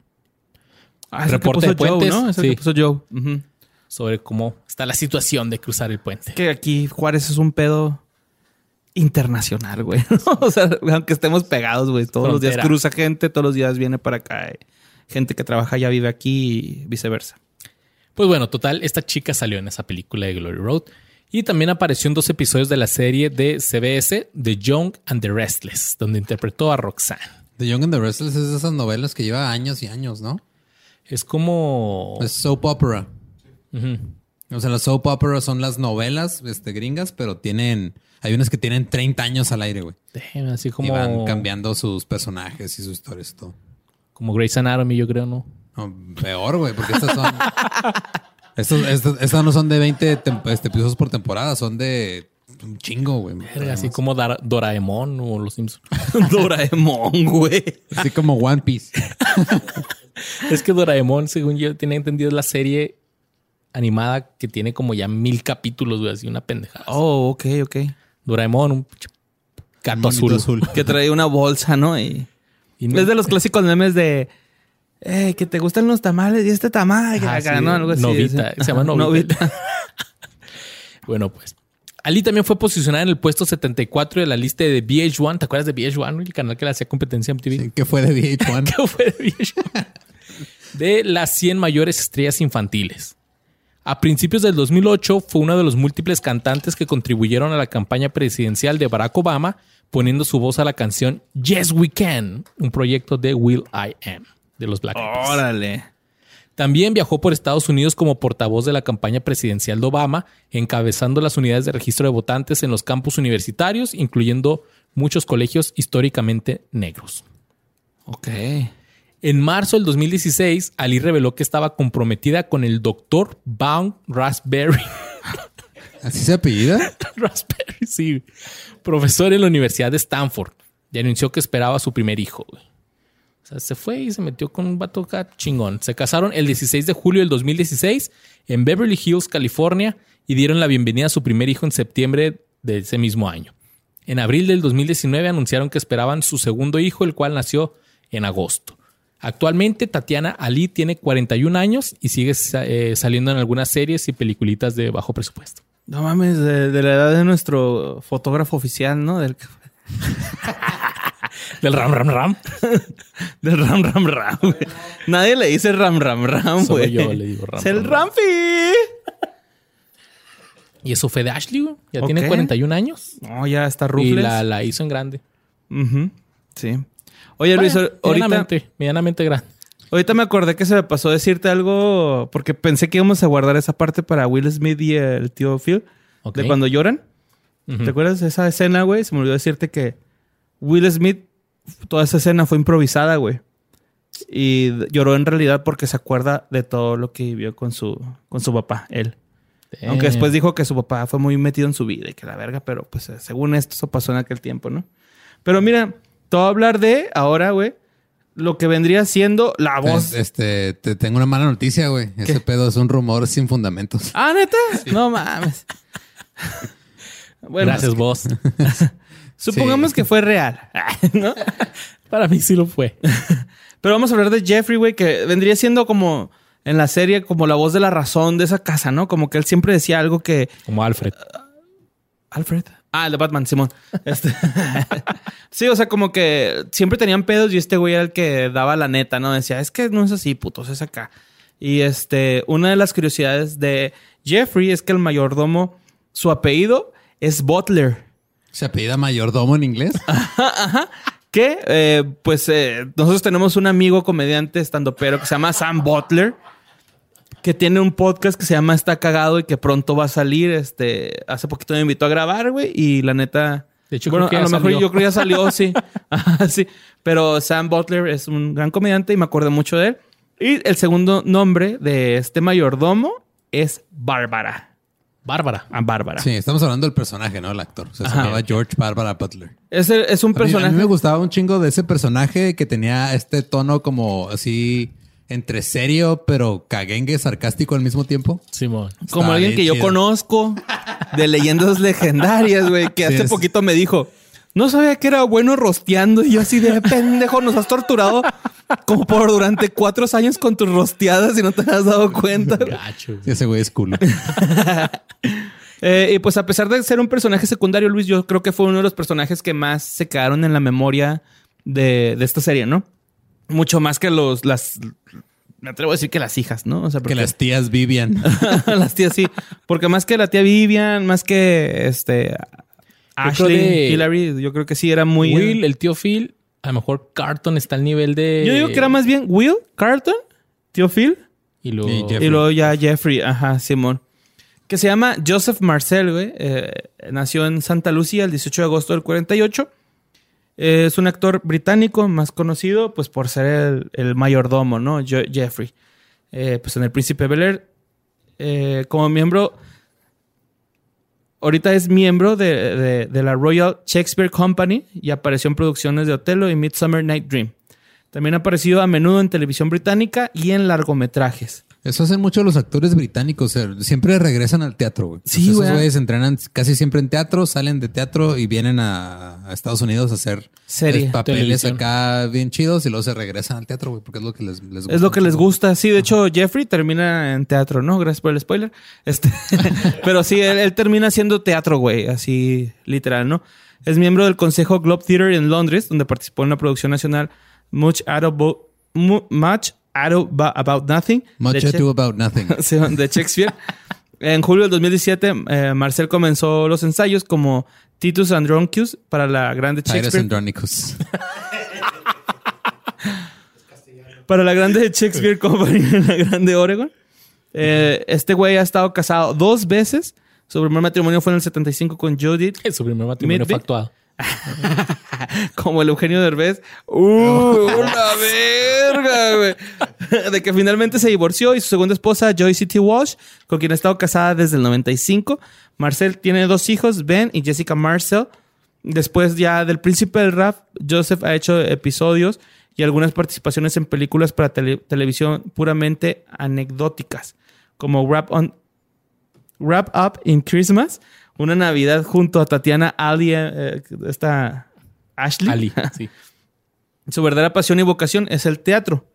Ah, es el que Reporte puso de puentes, Joe, ¿no? Es el sí. que puso Joe. Ujú. Sobre cómo está la situación de cruzar el puente. Que aquí Juárez es un pedo internacional, güey. O sea, aunque estemos pegados, güey. Todos los días Frontera. cruza gente, todos los días viene para acá. Gente que trabaja ya vive aquí y viceversa. Pues bueno, total, esta chica salió en esa película de Glory Road y también apareció en 2 episodios de la serie de CBS, The Young and the Restless, donde interpretó a Roxanne. The Young and the Restless es de esas novelas que lleva años y años, ¿no? Es como... Es soap opera. Ujú. O sea, las soap operas son las novelas gringas, pero hay unas que tienen 30 años al aire, güey. Así Y como... van cambiando sus personajes y sus historias y todo. Como Grey's Anatomy, yo creo, ¿no? No, peor, güey, porque estas son... estas no son de 20 episodios por temporada, son de un chingo, güey. Así como Doraemon o Los Simpsons. Doraemon, güey. Así como One Piece. Es que Doraemon, según yo tenía entendido, es la serie animada que tiene como ya 1000 capítulos, güey. Así una pendejada. Oh, ok. Doraemon, un gato azul. Que trae una bolsa, ¿no? Y es de los clásicos memes de... que te gustan los tamales y este tamal. Ajá, Acá, sí. ¿no? Algo así. Novita. Se llama Novita. Bueno, pues. Ali también fue posicionada en el puesto 74 de la lista de VH1. ¿Te acuerdas de VH1? El canal que le hacía competencia en MTV. Sí, que fue de VH1. ¿Qué fue de VH1? De las 100 mayores estrellas infantiles. A principios del 2008 fue uno de los múltiples cantantes que contribuyeron a la campaña presidencial de Barack Obama, poniendo su voz a la canción Yes We Can, un proyecto de will.i.am de los Black Eyed Peas. Órale. También viajó por Estados Unidos como portavoz de la campaña presidencial de Obama, encabezando las unidades de registro de votantes en los campus universitarios, incluyendo muchos colegios históricamente negros. Ok. En marzo del 2016, Ali reveló que estaba comprometida con el Dr. Baum Raspberry. ¿Así se apellida? Raspberry, sí. Profesor en la Universidad de Stanford. Y anunció que esperaba a su primer hijo, güey. O sea, se fue y se metió con un vato acá chingón. Se casaron el 16 de julio del 2016 en Beverly Hills, California, y dieron la bienvenida a su primer hijo en septiembre de ese mismo año. En abril del 2019 anunciaron que esperaban su segundo hijo, el cual nació en agosto. Actualmente Tatiana Ali tiene 41 años y sigue saliendo en algunas series y peliculitas de bajo presupuesto. No mames, de la edad de nuestro fotógrafo oficial, ¿no? Del Ram Ram Ram. Del Ram Ram Ram, güey. Nadie le dice Ram Ram Ram, Solo güey. yo le digo Ram Es el Ram Ram. Ramfi. Y eso fue de Ashley, güey. Ya Ok. tiene 41 años. No, ya está Y rufles. la hizo en grande. Ujú, sí. Oye, Luis, Bueno, ahorita... medianamente grande. Ahorita me acordé que se me pasó decirte algo porque pensé que íbamos a guardar esa parte para Will Smith y el tío Phil. Ok. De cuando lloran. Ujú. ¿Te acuerdas de esa escena, güey? Se me olvidó decirte que Will Smith, toda esa escena fue improvisada, güey. Y lloró en realidad porque se acuerda de todo lo que vivió con su papá, él. Aunque después dijo que su papá fue muy metido en su vida y que la verga, pero pues según esto, eso pasó en aquel tiempo, ¿no? Pero mira, te voy a hablar de ahora, güey, lo que vendría siendo la voz. Te tengo una mala noticia, güey. Ese pedo es un rumor sin fundamentos. Ah, ¿neta? No mames. Bueno, Gracias, vos. supongamos Sí. que fue real, ¿no? Para mí sí lo fue. Pero vamos a hablar de Jeffrey, güey, que vendría siendo como en la serie como la voz de la razón de esa casa, ¿no? Como que él siempre decía algo que... Como Alfred. Alfred. Ah, el de Batman, Simón. Sí, o sea, como que siempre tenían pedos y este güey era el que daba la neta, ¿no? Decía, es que no es así, putos, es acá. Y una de las curiosidades de Jeffrey es que el mayordomo, su apellido es Butler. ¿Se apellida mayordomo en inglés? Que, nosotros tenemos un amigo comediante estandopero que se llama Sam Butler, que tiene un podcast que se llama Está Cagado y que pronto va a salir. Hace poquito me invitó a grabar, güey, y la neta... De hecho, bueno, creo que a lo ya mejor salió. yo creo que ya salió, sí. Ajá, sí. Pero Sam Butler es un gran comediante y me acuerdo mucho de él. Y el segundo nombre de este mayordomo es Bárbara. Bárbara. Bárbara. Sí, estamos hablando del personaje, ¿no? El actor. O sea, se Ajá. llamaba George Barbara Butler. Es un A personaje... mí me gustaba un chingo de ese personaje que tenía este tono como así entre serio, pero caguengue, sarcástico al mismo tiempo. Simón. Como Está alguien bien que yo chido. conozco de leyendas legendarias, güey, que Sí, hace es- poquito me dijo, no sabía que era bueno rosteando. Y yo así de pendejo, nos has torturado como por durante 4 años con tus rosteadas y no te has dado cuenta. Gacho. Sí, ese güey es cool. Y pues a pesar de ser un personaje secundario, Luis, yo creo que fue uno de los personajes que más se quedaron en la memoria de esta serie, ¿no? Mucho más que me atrevo a decir que las hijas, ¿no? O sea, Que porque- las tías Vivian. las tías sí. Porque más que la tía Vivian, más que Ashley, de- Hillary, yo creo que sí era muy... Will, el tío Phil, a lo mejor Carlton está al nivel de... Yo digo que era más bien Will, Carlton, tío Phil Y luego... Y Jeffrey. y luego ya Jeffrey, ajá, Simón. Que se llama Joseph Marcel, güey. Nació en Santa Lucía el 18 de agosto del 48. Es un actor británico más conocido pues por ser el mayordomo, ¿no? Jeffrey. Pues en El Príncipe Bel-Air. Como miembro... Ahorita es miembro de la Royal Shakespeare Company y apareció en producciones de Othello y Midsummer Night Dream. También ha aparecido a menudo en televisión británica y en largometrajes. Eso hacen mucho los actores británicos. O sea, siempre regresan al teatro, güey. Sí, Esos güey. güeyes entrenan casi siempre en teatro, salen de teatro y vienen a Estados Unidos a hacer Serie, papeles televisión. acá bien chidos y luego se regresan al teatro, güey, porque es lo que les gusta. Es lo que les gusta. Sí, de hecho, Jeffrey termina en teatro, ¿no? Gracias por el spoiler. Pero sí, él termina haciendo teatro, güey. Así, literal, ¿no? Es miembro del Consejo Globe Theatre en Londres, donde participó en la producción nacional Much Ado About Nothing. Much de Ado About Nothing. Sí, de Shakespeare. En julio del 2017, Marcel comenzó los ensayos como Titus Andronicus para la grande Titus Shakespeare. Andronicus. Para la grande Shakespeare Company en la grande Oregon. Este güey ha estado casado 2 veces. Su primer matrimonio fue en el 75 con Judith, Su primer matrimonio Midby. fue actuado. como el Eugenio Derbez. ¡Una verga, güey! De que finalmente se divorció y su segunda esposa, Joyce T. Walsh, con quien ha estado casada desde el 95. Marcel tiene 2 hijos, Ben y Jessica Marcel. Después ya del Príncipe del Rap, Joseph ha hecho episodios y algunas participaciones en películas para televisión puramente anecdóticas, como Wrap Up in Christmas, una Navidad junto a Tatiana Ali, esta Ashley. Ali, sí. Su verdadera pasión y vocación es el teatro.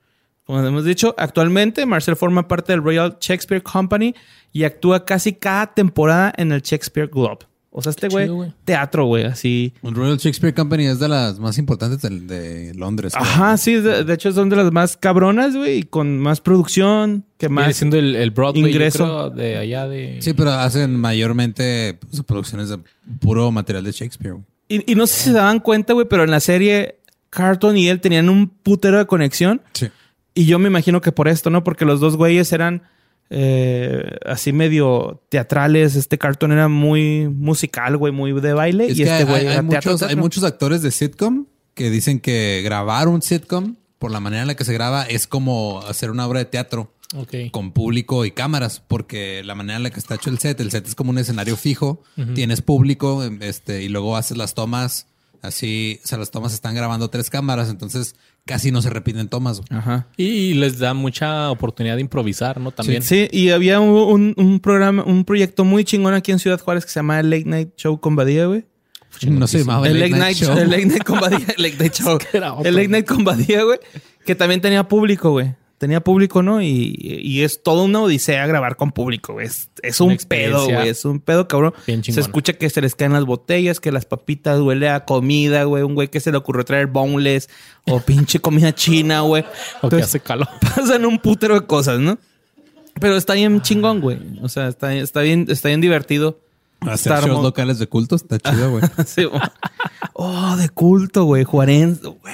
Como hemos dicho, actualmente Marcel forma parte del Royal Shakespeare Company y actúa casi cada temporada en el Shakespeare Globe. O sea, este güey, teatro, güey, así. El Royal Shakespeare Company es de las más importantes de Londres. Ajá, ¿no? Sí, de hecho son de las más cabronas, güey, y con más producción, que más. Viene siendo el Broadway, ingreso. yo creo, de allá de... Sí, pero hacen mayormente pues, producciones de puro material de Shakespeare, güey. Y no sé si se daban cuenta, güey, pero en la serie Carlton y él tenían un putero de conexión. Sí. Y yo me imagino que por esto, ¿no? Porque los dos güeyes eran así medio teatrales. Este Carlton era muy musical, güey, muy de baile. Es y que este güey era muchos, teatro. hay muchos actores de sitcom que dicen que grabar un sitcom, por la manera en la que se graba, es como hacer una obra de teatro. Okay. Con público y cámaras, porque la manera en la que está hecho el set es como un escenario fijo, tienes público, y luego haces las tomas así, o sea, las tomas están grabando 3 cámaras, entonces casi no se repiten tomas. Ajá. Y les da mucha oportunidad de improvisar, ¿no? También. Sí, y había un programa, un proyecto muy chingón aquí en Ciudad Juárez que se llama el Late Night Show con Badía, güey. No se llamaba El Late Night Show. El Late Night con Badía. El Late Night Show. El Late Night con Badía, güey. Que también tenía público, güey. Tenía público, ¿no? Y es toda una odisea grabar con público, güey. Es un pedo, güey. Es un pedo, cabrón. Se escucha que se les caen las botellas, que las papitas huele a comida, güey. Un güey que se le ocurrió traer boneless o pinche comida china, güey. O que hace calor. Pasan un putero de cosas, ¿no? Pero está bien chingón, güey. O sea, está bien divertido. Hacer shows locales de culto está chido, güey. Sí, de culto, güey. Juarense, güey.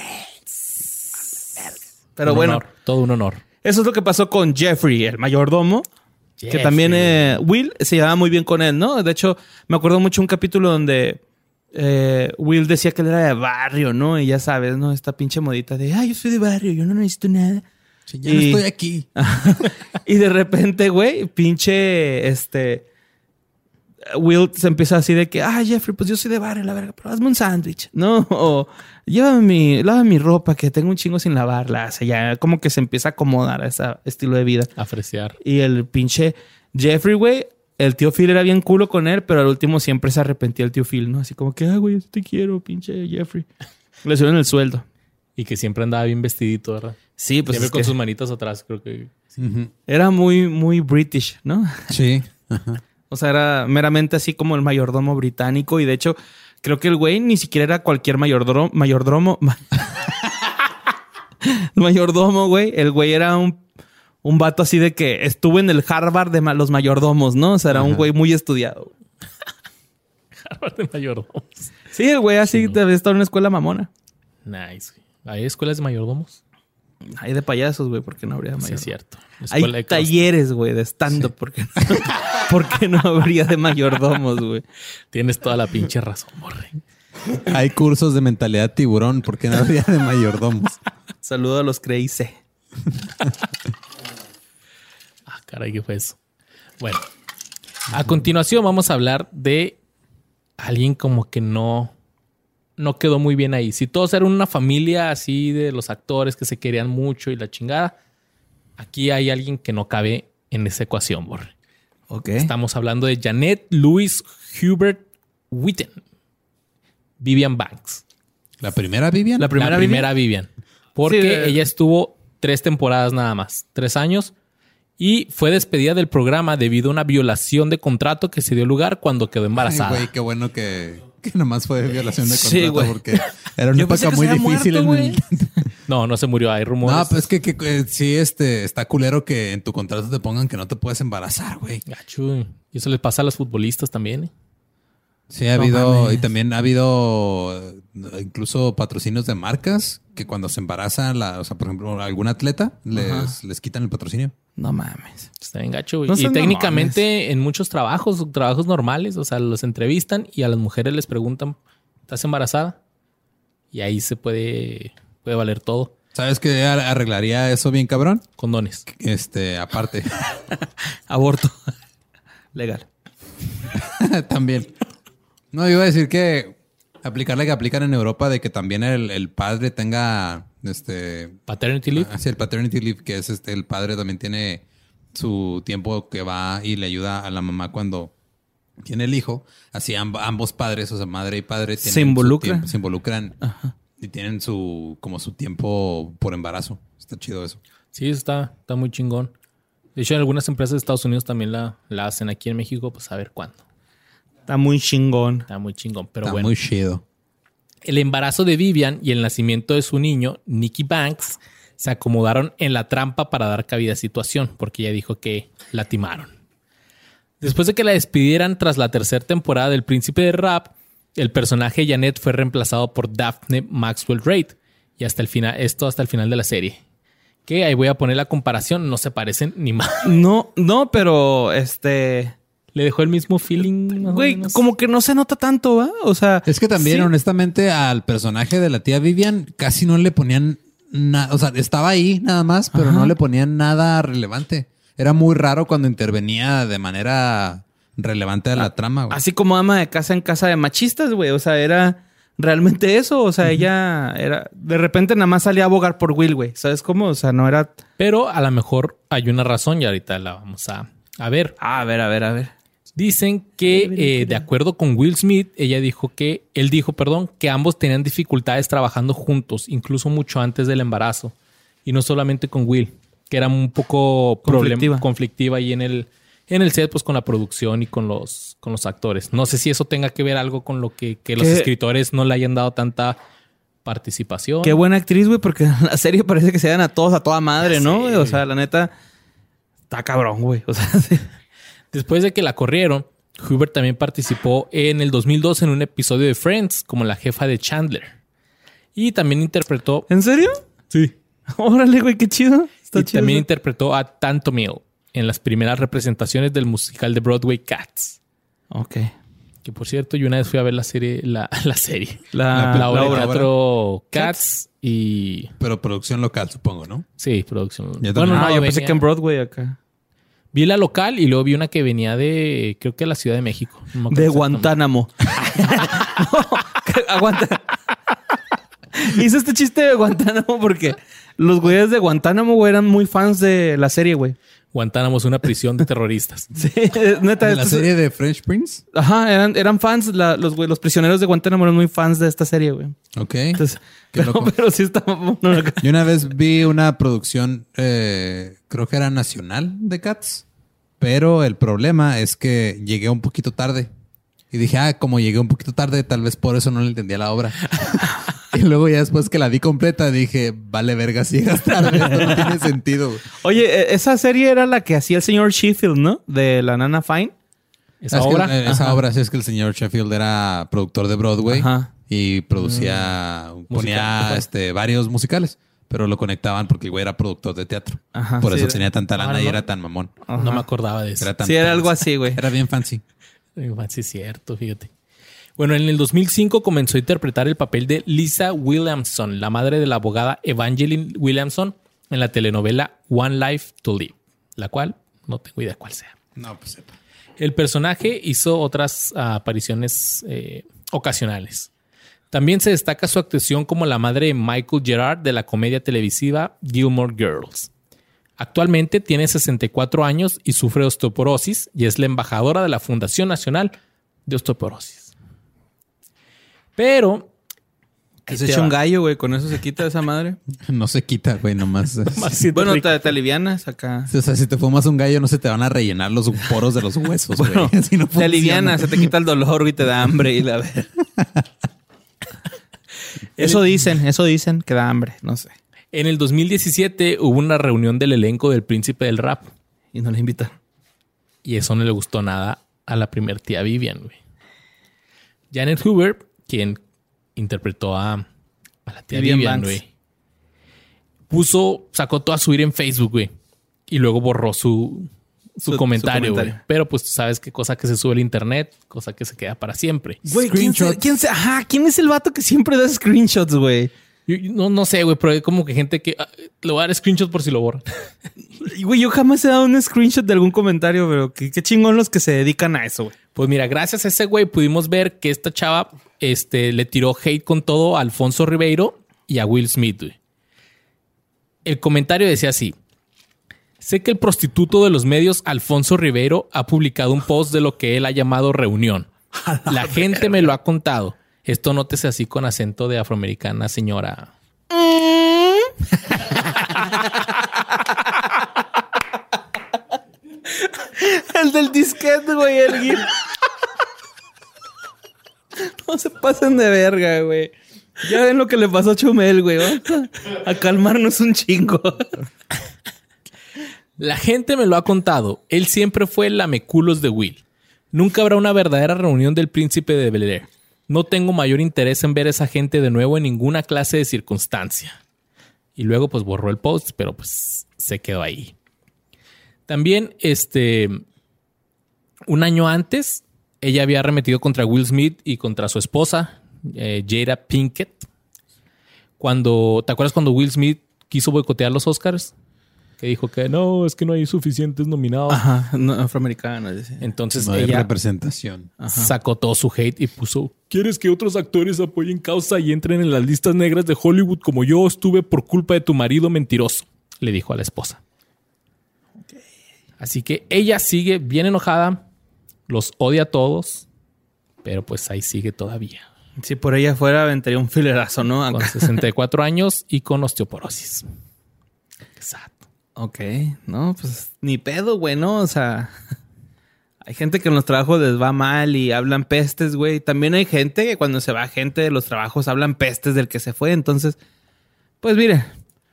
Pero bueno. Todo un honor. Eso es lo que pasó con Jeffrey, el mayordomo. Jeffrey. Que también Will se llevaba muy bien con él, ¿no? De hecho, me acuerdo mucho un capítulo donde Will decía que él era de barrio, ¿no? Y ya sabes, ¿no? Esta pinche modita de, yo soy de barrio, yo no necesito nada. Sí, ya no estoy aquí. Y de repente, güey, pinche, Will se empieza así de que, Jeffrey, pues yo soy de barrio, la verga, pero hazme un sándwich, ¿no? O lava mi ropa que tengo un chingo sin lavarla. O sea, ya como que se empieza a acomodar a ese estilo de vida. A fresear. Y el pinche Jeffrey, güey, el tío Phil era bien culo con él, pero al último siempre se arrepentía el tío Phil, ¿no? Así como que, güey, yo te quiero, pinche Jeffrey. Le subieron el sueldo. Y que siempre andaba bien vestidito, ¿verdad? Sí, pues siempre con sus manitas atrás, creo que. Sí. Era muy, muy British, ¿no? Sí. Ajá. O sea, era meramente así como el mayordomo británico. Y de hecho, creo que el güey ni siquiera era cualquier mayordomo. Mayordomo, güey. El güey era un vato así de que estuvo en el Harvard de los mayordomos, ¿no? O sea, era un güey muy estudiado. Harvard de mayordomos. Sí, el güey así debe estar en una escuela mamona. Nice. ¿Hay escuelas de mayordomos? Hay de payasos, güey, porque no habría de mayordomos. Sí, es cierto. Hay talleres, güey, de stand-up, sí. porque no habría de mayordomos, güey. Tienes toda la pinche razón, morre. Hay cursos de mentalidad tiburón, porque no habría de mayordomos. Saludo a los Crazy. Caray, ¿qué fue eso? Bueno, a continuación vamos a hablar de alguien como que no quedó muy bien ahí. Si todos eran una familia así de los actores que se querían mucho y la chingada, aquí hay alguien que no cabe en esa ecuación, borre. Okay. Estamos hablando de Janet Louise Hubert Witten. Vivian Banks. ¿La primera Vivian? La primera Vivian. Porque ella estuvo 3 temporadas nada más. 3 años. Y fue despedida del programa debido a una violación de contrato que se dio lugar cuando quedó embarazada. Ay, güey, qué bueno que nomás fue violación de contrato, sí, porque era una época muy difícil. No se murió. Hay rumores. No, pues es que sí, está culero que en tu contrato te pongan que no te puedes embarazar, güey. Gacho. Y eso les pasa a los futbolistas también, ¿eh? Sí, ha habido, y también ha habido incluso patrocinios de marcas que cuando se embaraza, o sea, por ejemplo, algún atleta les quitan el patrocinio. No mames. Está bien gacho. No y técnicamente en muchos trabajos normales, o sea, los entrevistan y a las mujeres les preguntan, ¿estás embarazada? Y ahí se puede valer todo. ¿Sabes qué arreglaría eso bien cabrón? Condones. Aparte. Aborto. Legal. También. No, iba a decir que aplicarle que aplican en Europa de que también el padre tenga paternity leave. Sí, el paternity leave, que es el padre también tiene su tiempo que va y le ayuda a la mamá cuando tiene el hijo. Así ambos padres, o sea, madre y padre, se involucran. Se involucran. Ajá. Y tienen su tiempo por embarazo. Está chido eso. Sí, está muy chingón. De hecho, en algunas empresas de Estados Unidos también la hacen. Aquí en México, pues a ver cuándo. Está muy chingón. Está muy chingón, pero Está bueno. muy chido. El embarazo de Vivian y el nacimiento de su niño, Nicky Banks, se acomodaron en la trampa para dar cabida a la situación, porque ella dijo que la timaron. Después de que la despidieran tras la tercera temporada del Príncipe de Rap, el personaje Janet fue reemplazado por Daphne Maxwell Reid. Y hasta el final de la serie. Que ahí voy a poner la comparación, no se parecen ni más. No, pero Le dejó el mismo feeling. güey, como que no se nota tanto, ¿va? O sea, Es que también, sí. honestamente, al personaje de la tía Vivian casi no le ponían nada. O sea, estaba ahí nada más, pero no le ponían nada relevante. Era muy raro cuando intervenía de manera relevante a la trama, güey. Así como ama de casa en casa de machistas, güey. O sea, era realmente eso. O sea, ella era... De repente nada más salía a abogar por Will, güey. ¿Sabes cómo? O sea, no era... Pero a lo mejor hay una razón y ahorita la vamos a ver. A ver. Dicen que de acuerdo con Will Smith, él dijo, que ambos tenían dificultades trabajando juntos, incluso mucho antes del embarazo. Y no solamente con Will, que era un poco conflictiva ahí en el set, pues con la producción y con los actores. No sé si eso tenga que ver algo con lo que los escritores no le hayan dado tanta participación. Qué buena actriz, güey, porque en la serie parece que se dan a todos a toda madre, ¿no? Sí, güey? O sea, la neta, está cabrón, güey. O sea, sí. Después de que la corrieron, Huber también participó en el 2002 en un episodio de Friends como la jefa de Chandler. Y también interpretó... ¿En serio? Sí. Órale, güey, qué chido. Y también interpretó a Tanto Mill en las primeras representaciones del musical de Broadway Cats. Ok. Que por cierto, yo una vez fui a ver la serie. La La obra de obra. teatro Cats y... Pero producción local, supongo, ¿no? Sí, producción. Yo también. Yo pensé que en Broadway acá. Vi la local y luego vi una que venía de... Creo que de la Ciudad de México. No me acuerdo De exactamente. Guantánamo. Aguanta. Hice este chiste de Guantánamo porque los güeyes de Guantánamo, güey, eran muy fans de la serie, güey. Guantánamo es una prisión de terroristas. Sí, neta. ¿De la serie de Fresh Prince? Ajá, eran fans. Los prisioneros de Guantánamo eran muy fans de esta serie, güey. Ok. Entonces, Qué loco. pero sí está... Yo una vez vi una producción, creo que era nacional de Cats, pero el problema es que llegué un poquito tarde. Y dije, como llegué un poquito tarde, tal vez por eso no le entendía la obra. Y luego ya después que la vi completa dije, vale verga, si llegas tarde, esto no tiene sentido. Güey. Oye, esa serie era la que hacía el señor Sheffield, ¿no? De la Nana Fine. Esa Es que, obra. esa obra, sí, es que el señor Sheffield era productor de Broadway. Ajá. Y producía, ponía varios musicales, pero lo conectaban porque el güey era productor de teatro. Ajá, Por sí, eso era- tenía tanta lana y no. era tan mamón. No me acordaba de eso. Era tan Sí, era fancy. algo así, güey. Era bien fancy. Sí, es cierto, fíjate. Bueno, en el 2005 comenzó a interpretar el papel de Lisa Williamson, la madre de la abogada Evangeline Williamson, en la telenovela One Life to Live, la cual no tengo idea cuál sea. No, pues sepa. El personaje hizo otras apariciones ocasionales. También se destaca su actuación como la madre de Michael Gerard de la comedia televisiva Gilmore Girls. Actualmente tiene 64 años y sufre osteoporosis y es la embajadora de la Fundación Nacional de Osteoporosis. Pero... Que se echa un gallo, güey. Con eso se quita esa madre. No se quita, güey, nomás. Bueno, te alivianas acá. O sea, si te fumas un gallo, no se te van a rellenar los poros de los huesos, güey. Bueno, Así no te funciona. alivianas, se te quita el dolor y te da hambre. Y la Eso dicen que da hambre. No sé. En el 2017 hubo una reunión del elenco del Príncipe del Rap. Y no le invitan. Y eso no le gustó nada a la primer tía Vivian, güey. Janet Huber, quien interpretó a la tía Vivian Vivian, Banks. güey, sacó toda su ira en Facebook, güey. Y luego borró su comentario, güey. Pero pues tú sabes qué cosa que se sube al internet, cosa que se queda para siempre. Güey, Screenshots. ¿quién es el vato que siempre da screenshots, güey? Yo no sé, güey, pero hay como que gente que le voy a dar screenshot por si lo borra. Y, güey, yo jamás he dado un screenshot de algún comentario, pero qué chingón los que se dedican a eso, güey. Pues mira, gracias a ese güey pudimos ver que esta chava le tiró hate con todo a Alfonso Ribeiro y a Will Smith, güey. El comentario decía así: sé que el prostituto de los medios, Alfonso Ribeiro, ha publicado un post de lo que él ha llamado reunión. La gente me lo ha contado. Esto nótese así con acento de afroamericana, señora. El del disquete, güey. No se pasen de verga, güey. Ya ven lo que le pasó a Chumel, güey. Vamos a calmarnos un chingo. La gente me lo ha contado. Él siempre fue el lameculos de Will. Nunca habrá una verdadera reunión del príncipe de Bel-Air. No tengo mayor interés en ver a esa gente de nuevo en ninguna clase de circunstancia. Y luego pues borró el post, pero pues se quedó ahí. También, un año antes, ella había arremetido contra Will Smith y contra su esposa, Jada Pinkett. ¿Te acuerdas cuando Will Smith quiso boicotear los Oscars? Que dijo que no, es que no hay suficientes nominados. Ajá, no, afroamericano. Dice. Entonces no hay ella representación. sacó todo su hate y puso: ¿quieres que otros actores apoyen causa y entren en las listas negras de Hollywood como yo estuve por culpa de tu marido mentiroso? Le dijo a la esposa. Okay. Así que ella sigue bien enojada, los odia a todos, pero pues ahí sigue todavía. Si por ella fuera, aventaría un filerazo, ¿no? Con 64 años y con osteoporosis. Exacto. Ok, no, pues ni pedo, güey, ¿no? O sea, hay gente que en los trabajos les va mal y hablan pestes, güey. También hay gente que cuando se va gente de los trabajos hablan pestes del que se fue. Entonces, pues mire,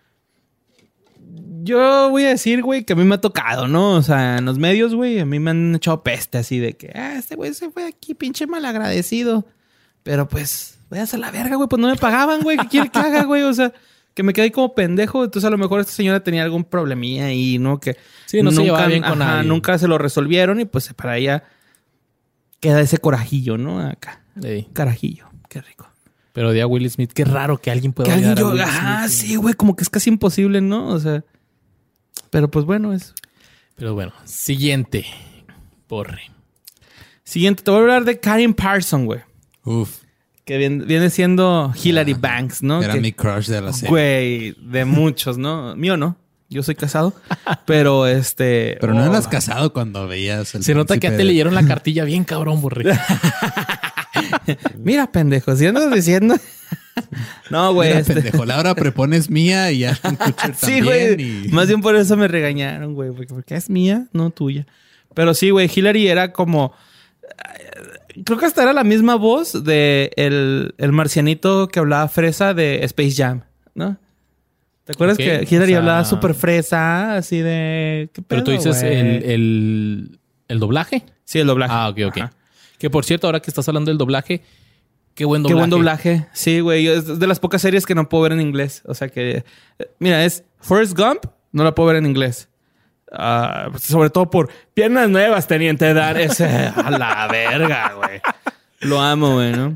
yo voy a decir, güey, que a mí me ha tocado, ¿no? O sea, en los medios, güey, a mí me han echado peste así de que, este güey se fue aquí, pinche malagradecido. Pero pues, váyase a la verga, güey, pues no me pagaban, güey. ¿Qué quiere que haga, güey? O sea, que me quedé ahí como pendejo. Entonces a lo mejor esta señora tenía algún problemilla ahí, ¿no? Que sí, no se llevaba bien con nadie. Nunca se lo resolvieron y pues para ella queda ese corajillo, ¿no? Acá. Sí. Carajillo. Qué rico. Pero de a Will Smith, qué raro que alguien pueda odiar a Will Smith. Sí, güey, como que es casi imposible, ¿no? O sea, pero pues bueno, es... Pero bueno, siguiente. Porre. Siguiente, te voy a hablar de Karen Parson, güey. Uf. Que viene siendo Hilary Banks, ¿no? Era mi crush de la serie. Güey, de muchos, ¿no? Mío no. Yo soy casado. Pero Pero no eras casado cuando veías el... Se nota que ya te leyeron la cartilla bien cabrón, borre. Mira, pendejo, si andas diciendo... No, güey. Mira, pendejo, Laura prepones mía y Ashton Kutcher sí, también. Güey. Más bien por eso me regañaron, güey. Porque es mía, no tuya. Pero sí, güey, Hilary era como... Creo que hasta era la misma voz de el marcianito que hablaba fresa de Space Jam, ¿no? ¿Te acuerdas que Hilary hablaba súper fresa? Así de... ¿qué pedo, pero tú dices el doblaje. Sí, el doblaje. Ah, ok. Ajá. Que por cierto, ahora que estás hablando del doblaje, qué buen doblaje. Qué buen doblaje. Sí, güey. Es de las pocas series que no puedo ver en inglés. O sea que... Mira, es Forrest Gump. No la puedo ver en inglés. Sobre todo por piernas nuevas, teniente Dan. Ese a la verga, güey. Lo amo, güey, ¿no?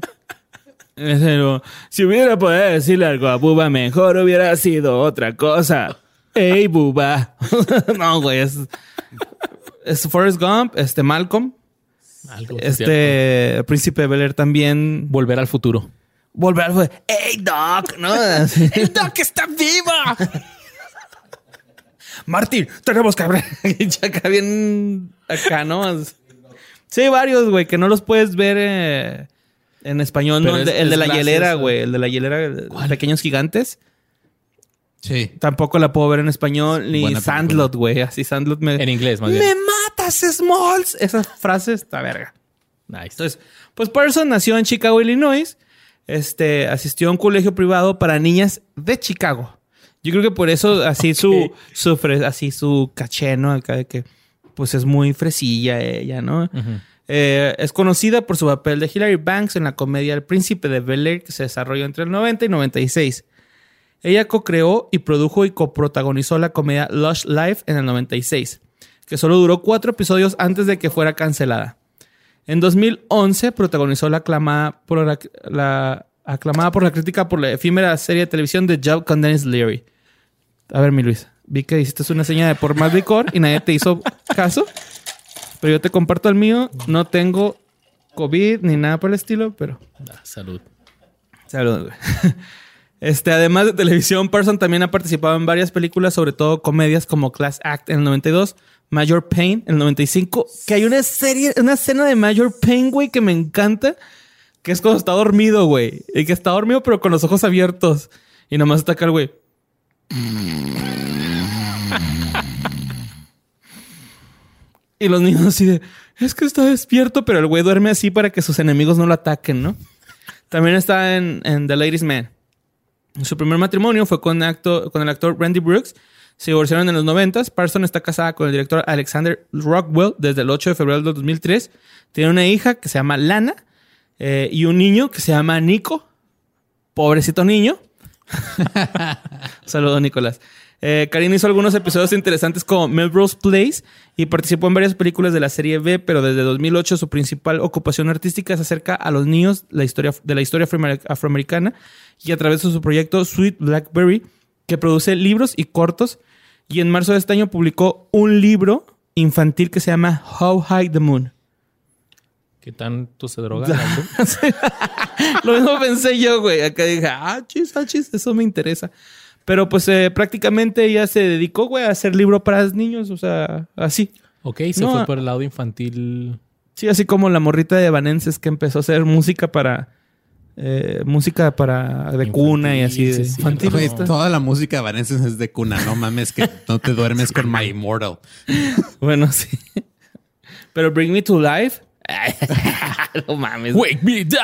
Si hubiera podido decirle algo a Bubba, mejor hubiera sido otra cosa. ¡Ey, Bubba! No, güey. Es Forrest Gump, Malcolm. El Príncipe de Bel-Air también. Volver al futuro. ¡Ey, Doc! ¿No? ¡El Doc está vivo! Martín, tenemos que abrir. Acá bien... Acá, ¿no? Sí, varios, güey, que no los puedes ver en español. No, el de la hielera, güey. El de la hielera, Pequeños Gigantes. Sí. Tampoco la puedo ver en español. Ni buena Sandlot, güey. Así Sandlot me... En inglés, más bien. ¡Me matas, Smalls! Esa frase está verga. Nice. Entonces, pues Parson nació en Chicago, Illinois. Asistió a un colegio privado para niñas de Chicago. Yo creo que por eso así su caché, ¿no? Acá de que pues es muy fresilla ella, ¿no? Uh-huh. Es conocida por su papel de Hilary Banks en la comedia El Príncipe de Bel-Air, que se desarrolló entre el 90 y 96. Ella co-creó y produjo y coprotagonizó la comedia Lush Life en el 96, que solo duró 4 episodios antes de que fuera cancelada. En 2011 protagonizó la aclamada por la crítica por la efímera serie de televisión The Job con Dennis Leary. A ver, mi Luis, vi que hiciste una señal de por más licor y nadie te hizo caso, pero yo te comparto el mío. No tengo COVID ni nada por el estilo, pero... Salud. Salud, güey. Además de televisión, Parson también ha participado en varias películas, sobre todo comedias como Class Act en el 92, Major Payne en el 95, que hay una escena de Major Payne, güey, que me encanta, que es cuando está dormido, güey. Y que está dormido pero con los ojos abiertos. Y nomás está acá el güey. Y los niños así de, es que está despierto, pero el güey duerme así para que sus enemigos no lo ataquen, ¿no? También está en The Ladies' Man. Su primer matrimonio fue con el actor Randy Brooks. Se divorciaron en los 90s. Parson está casada con el director Alexander Rockwell desde el 8 de febrero del 2003. Tiene una hija que se llama Lana y un niño que se llama Nico. Pobrecito niño. Saludos, Nicolás. Karin hizo algunos episodios interesantes como Melrose Place y participó en varias películas de la serie B, pero desde 2008 su principal ocupación artística se acerca a los niños de la historia afroamericana y a través de su proyecto Sweet Blackberry, que produce libros y cortos, y en marzo de este año publicó un libro infantil que se llama How High the Moon. ¿Qué tanto se droga? Lo mismo pensé yo, güey. Acá dije, chis, eso me interesa. Pero pues prácticamente ella se dedicó, güey, a hacer libro para niños, o sea, así. Ok, se fue por el lado infantil. Sí, así como la morrita de Evanescence que empezó a hacer música de cuna y así. Sí, infantil. Güey, toda la música de Evanescence es de cuna. No mames que no te duermes con My Immortal. Bueno, sí. Pero Bring Me to Life. No mames. Wake me up.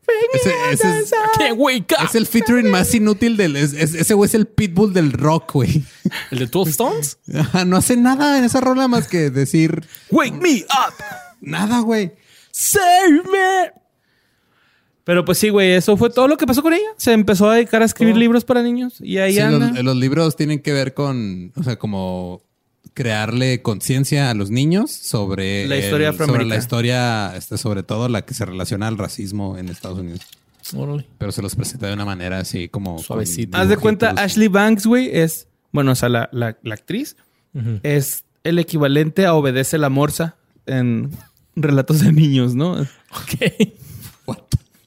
Es el featuring más inútil del... ese güey es el pitbull del rock, güey. ¿El de 12 Stones? No hace nada en esa rola más que decir... Wake me up. Nada, güey. Save me. Pero pues sí, güey, eso fue todo lo que pasó con ella. Se empezó a dedicar a escribir libros para niños y ahí anda. Los libros tienen que ver con... O sea, como... crearle conciencia a los niños sobre la historia afroamericana. Sobre la historia, sobre todo la que se relaciona al racismo en Estados Unidos. Órale. Pero se los presenta de una manera así como suavecita. Haz de cuenta, Ashley Banks, güey, es... Bueno, o sea, la actriz es el equivalente a Obedece la Morsa en relatos de niños, ¿no? Ok. What?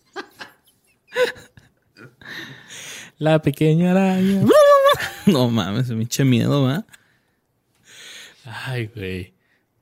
La pequeña araña. No mames, me eché miedo, ¿verdad? Ay, güey.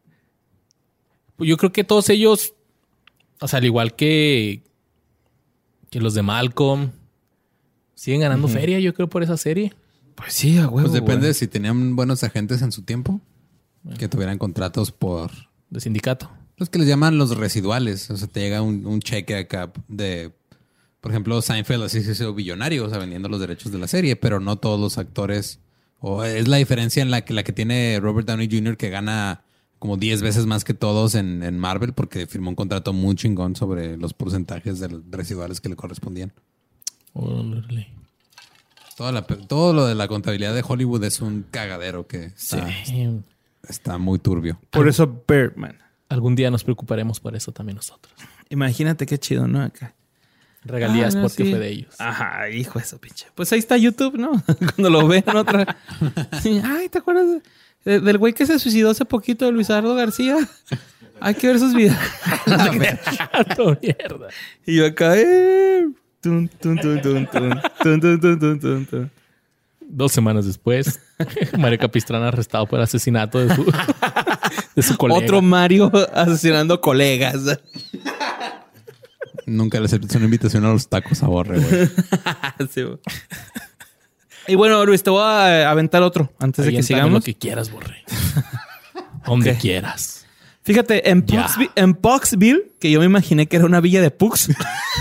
Yo creo que todos ellos, o sea, al igual que los de Malcolm, siguen ganando feria, yo creo, por esa serie. Pues sí, a huevo. Pues depende de si tenían buenos agentes en su tiempo, que tuvieran contratos por... De sindicato. Los que les llaman los residuales. O sea, te llega un cheque acá de... Por ejemplo, Seinfeld así se hizo billonario, o sea, vendiendo los derechos de la serie, pero no todos los actores... O es la diferencia en la que tiene Robert Downey Jr. que gana como 10 veces más que todos en Marvel porque firmó un contrato muy chingón sobre los porcentajes de los residuales que le correspondían. Órale. Todo lo de la contabilidad de Hollywood es un cagadero que está muy turbio. Por eso Birdman. Algún día nos preocuparemos por eso también nosotros. Imagínate qué chido, ¿no? Acá. Regalías porque sí. fue de ellos. Ajá, hijo de eso, pinche. Pues ahí está YouTube, ¿no? Cuando lo vean otra. Ay, ¿te acuerdas del güey que se suicidó hace poquito, Luisardo García? Hay que ver sus videos. Mierda. Y yo acá, Tun, tun, tun, tun, tun. Tun, tun, tun, tun, tun, tun. 2 semanas después, Mario Capistrán arrestado por asesinato de su colega. Otro Mario asesinando colegas. Nunca le aceptas una invitación a los tacos a Borre, güey. Sí, güey. Y bueno, Luis, te voy a aventar otro antes de que sigamos. Lo que quieras, Borre. Donde quieras. Fíjate, en Pugsville, que yo me imaginé que era una villa de Pugs.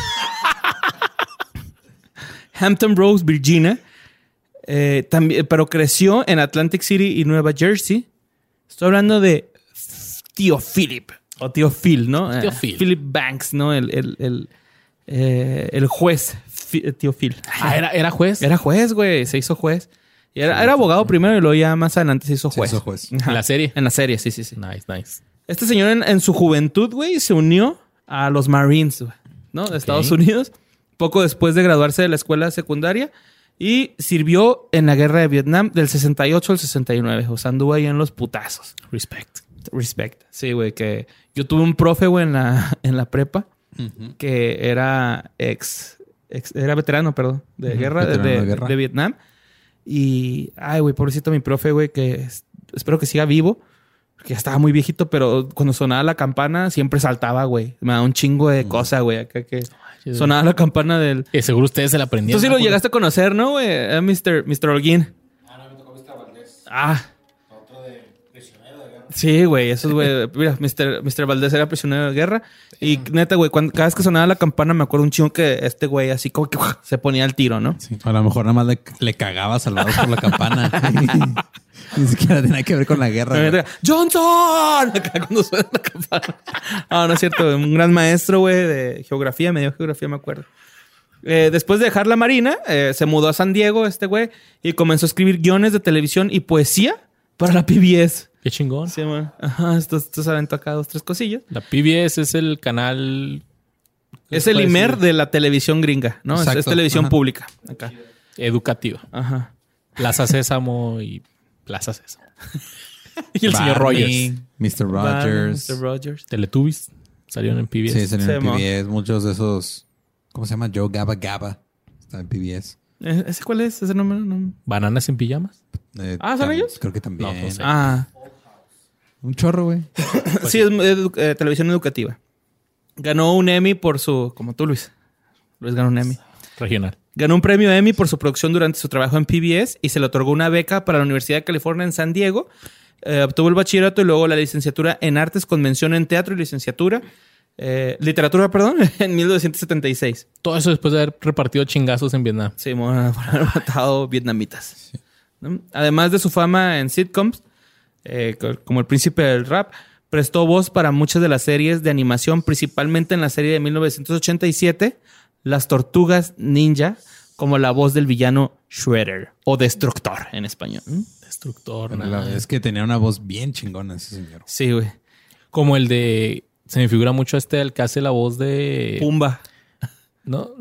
Hampton Roads, Virginia. También, pero creció en Atlantic City y Nueva Jersey. Estoy hablando de Tío Philip. O Tío Phil, ¿no? Tío Phil. Philip Banks, ¿no? El juez. Tío Phil. ¿Era juez? Era juez, güey. Se hizo juez. Y era abogado primero y luego ya más adelante se hizo juez. ¿En la serie? En la serie, sí. Nice. Este señor en su juventud, güey, se unió a los Marines, güey, ¿no? De Estados Unidos. Poco después de graduarse de la escuela secundaria. Y sirvió en la guerra de Vietnam del 68 al 69. O sea, anduvo ahí en los putazos. Respect. Sí, güey, que yo tuve un profe, güey, en la prepa que era era veterano, perdón, de guerra, de Vietnam. Y, ay, güey, pobrecito mi profe, güey, que espero que siga vivo, porque ya estaba muy viejito, pero cuando sonaba la campana siempre saltaba, güey. Me da un chingo de cosa, güey, acá que sonaba la campana del... Seguro ustedes se la aprendieron. Tú sí lo llegaste a conocer, ¿no, güey? Mr. Holguín. No me tocó Mr. Valdés. Ah. Otro de prisionero de guerra. Sí, güey, esos güey. Mira, Mr. Valdés era prisionero de guerra. Y neta, güey, cada vez que sonaba la campana, me acuerdo un chingo que este güey así como que se ponía al tiro, ¿no? Sí, a lo mejor nada más le cagaba salvados por la campana. Ni siquiera tenía que ver con la guerra. Güey. ¡Johnson! Acá cuando suena la campana. No es cierto. Un gran maestro, güey, de geografía. Me dio geografía, me acuerdo. Después de dejar la marina, se mudó a San Diego, este güey, y comenzó a escribir guiones de televisión y poesía para la PBS. Qué chingón. Sí, man. Ajá, esto se aventó acá 2, 3 cosillas. La PBS es el canal... Es el IMER de la televisión gringa, ¿no? Es televisión pública. Acá. Educativa. Ajá. Plaza Sésamo y Plaza Sésamo. Y el Barney, señor Rogers. Mr. Rogers. Mr. Rogers. Teletubbies. Salieron en PBS. Sí, salieron en PBS. Muchos de esos... ¿Cómo se llama? Joe Gabba Gabba. Está en PBS. ¿Ese cuál es? ¿Ese nombre? No. ¿Bananas en pijamas? ¿Son ellos? Creo que también. No sé. Un chorro, güey. Sí, es televisión educativa. Ganó un Emmy por su... Como tú, Luis. Luis ganó un Emmy. Regional. Ganó un premio Emmy por su producción durante su trabajo en PBS y se le otorgó una beca para la Universidad de California en San Diego. Obtuvo el bachillerato y luego la licenciatura en artes con mención en teatro y literatura, en 1976. Todo eso después de haber repartido chingazos en Vietnam. Sí, por haber matado vietnamitas. Sí. ¿No? Además de su fama en sitcoms, como El Príncipe del Rap, prestó voz para muchas de las series de animación, principalmente en la serie de 1987, Las Tortugas Ninja, como la voz del villano Shredder o Destructor en español. Destructor. Es que tenía una voz bien chingona ese señor. Sí, güey. Como el de... Se me figura mucho el que hace la voz de... Pumba. No,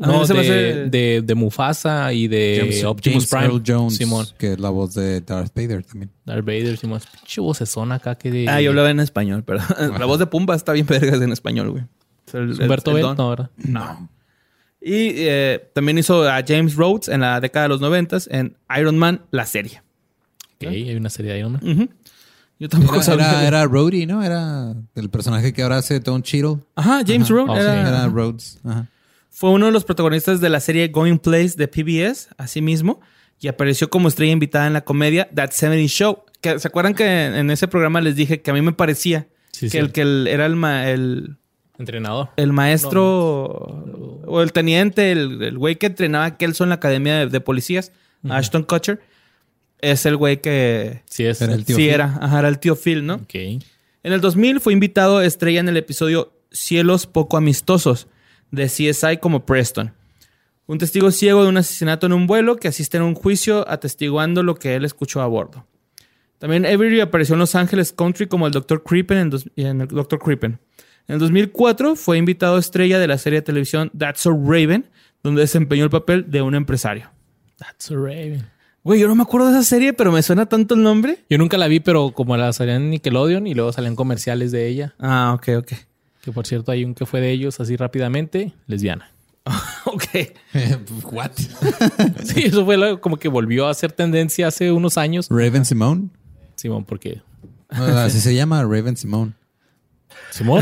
de Mufasa y de Optimus Prime. Earl Jones, Simón. Que es la voz de Darth Vader también. Darth Vader, Simón. Pinche vocesona acá que de... yo hablaba en español, pero la voz de Pumba está bien vergas en español, güey. Humberto Bell, no, ¿verdad? No. Y también hizo a James Rhodes en la década de los 90 en Iron Man, la serie. Ok, hay una serie de Iron Man. Uh-huh. Yo tampoco sabía. Era Rhodey, ¿no? Era el personaje que ahora hace Don Cheadle. Ajá, James Rhodes. Era Rhodes. Ajá. Fue uno de los protagonistas de la serie Going Place de PBS, así mismo, y apareció como estrella invitada en la comedia That 70 Show. ¿Se acuerdan que en ese programa les dije que a mí me parecía era el entrenador? El maestro o el teniente, el güey que entrenaba a Kelso en la academia de policías, Ashton Kutcher. Es el güey que... Sí, era el tío Phil. Era el tío Phil, ¿no? Ok. En el 2000 fue invitado estrella en el episodio Cielos Poco Amistosos de CSI como Preston. Un testigo ciego de un asesinato en un vuelo que asiste en un juicio atestiguando lo que él escuchó a bordo. También Avery apareció en Los Ángeles Country como el Dr. Crippen en el Dr. Crippen. En el 2004 fue invitado estrella de la serie de televisión That's So Raven, donde desempeñó el papel de un empresario. That's So Raven. Güey, yo no me acuerdo de esa serie, pero me suena tanto el nombre. Yo nunca la vi, pero como la salían en Nickelodeon y luego salían comerciales de ella. Ah, ok. Que por cierto hay un que fue de ellos así rápidamente, lesbiana. Ok. What? Sí, eso fue como que volvió a ser tendencia hace unos años. Raven Simone. Simón, ¿por qué? Así se llama, Raven Simone. Simón.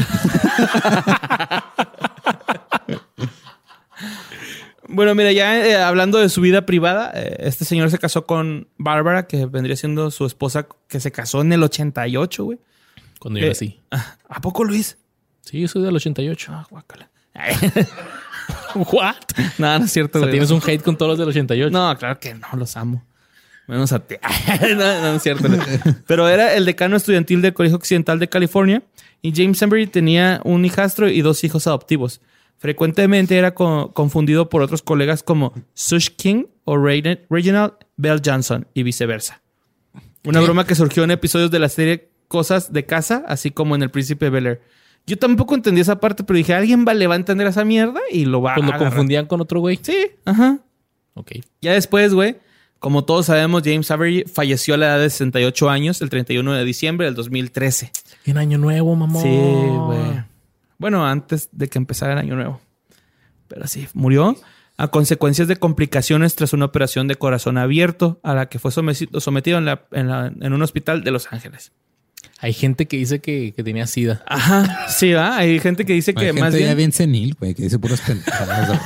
Bueno, mira, ya hablando de su vida privada, este señor se casó con Bárbara, que vendría siendo su esposa, que se casó en el 88, güey. Cuando yo nací. ¿A poco, Luis? Sí, yo soy del 88. Ah, guácala. ¿What? No es cierto, O sea, güey. ¿tienes un hate con todos los del 88? No, claro que no, los amo. Menos a ti. No es cierto. Pero era el decano estudiantil del Colegio Occidental de California y James Embry tenía un hijastro y 2 hijos adoptivos. Frecuentemente era confundido por otros colegas como Sush King o Reginald Bell Johnson y viceversa. Una broma que surgió en episodios de la serie Cosas de Casa, así como en El Príncipe de Bel-Air. Yo tampoco entendí esa parte, pero dije, ¿alguien le va a entender esa mierda? Y lo va a Pues lo agarrar. confundían con otro güey. Sí, ajá. Ok. Ya después, güey, como todos sabemos, James Avery falleció a la edad de 68 años el 31 de diciembre del 2013. En Año Nuevo, mamón. Sí, güey. Bueno, antes de que empezara el año nuevo. Pero sí, murió a consecuencias de complicaciones tras una operación de corazón abierto a la que fue sometido en un hospital de Los Ángeles. Hay gente que dice que tenía SIDA. Ajá, sí, ¿va? Hay gente que dice que Hay más gente bien... ya bien senil, güey, que dice puras pendejadas.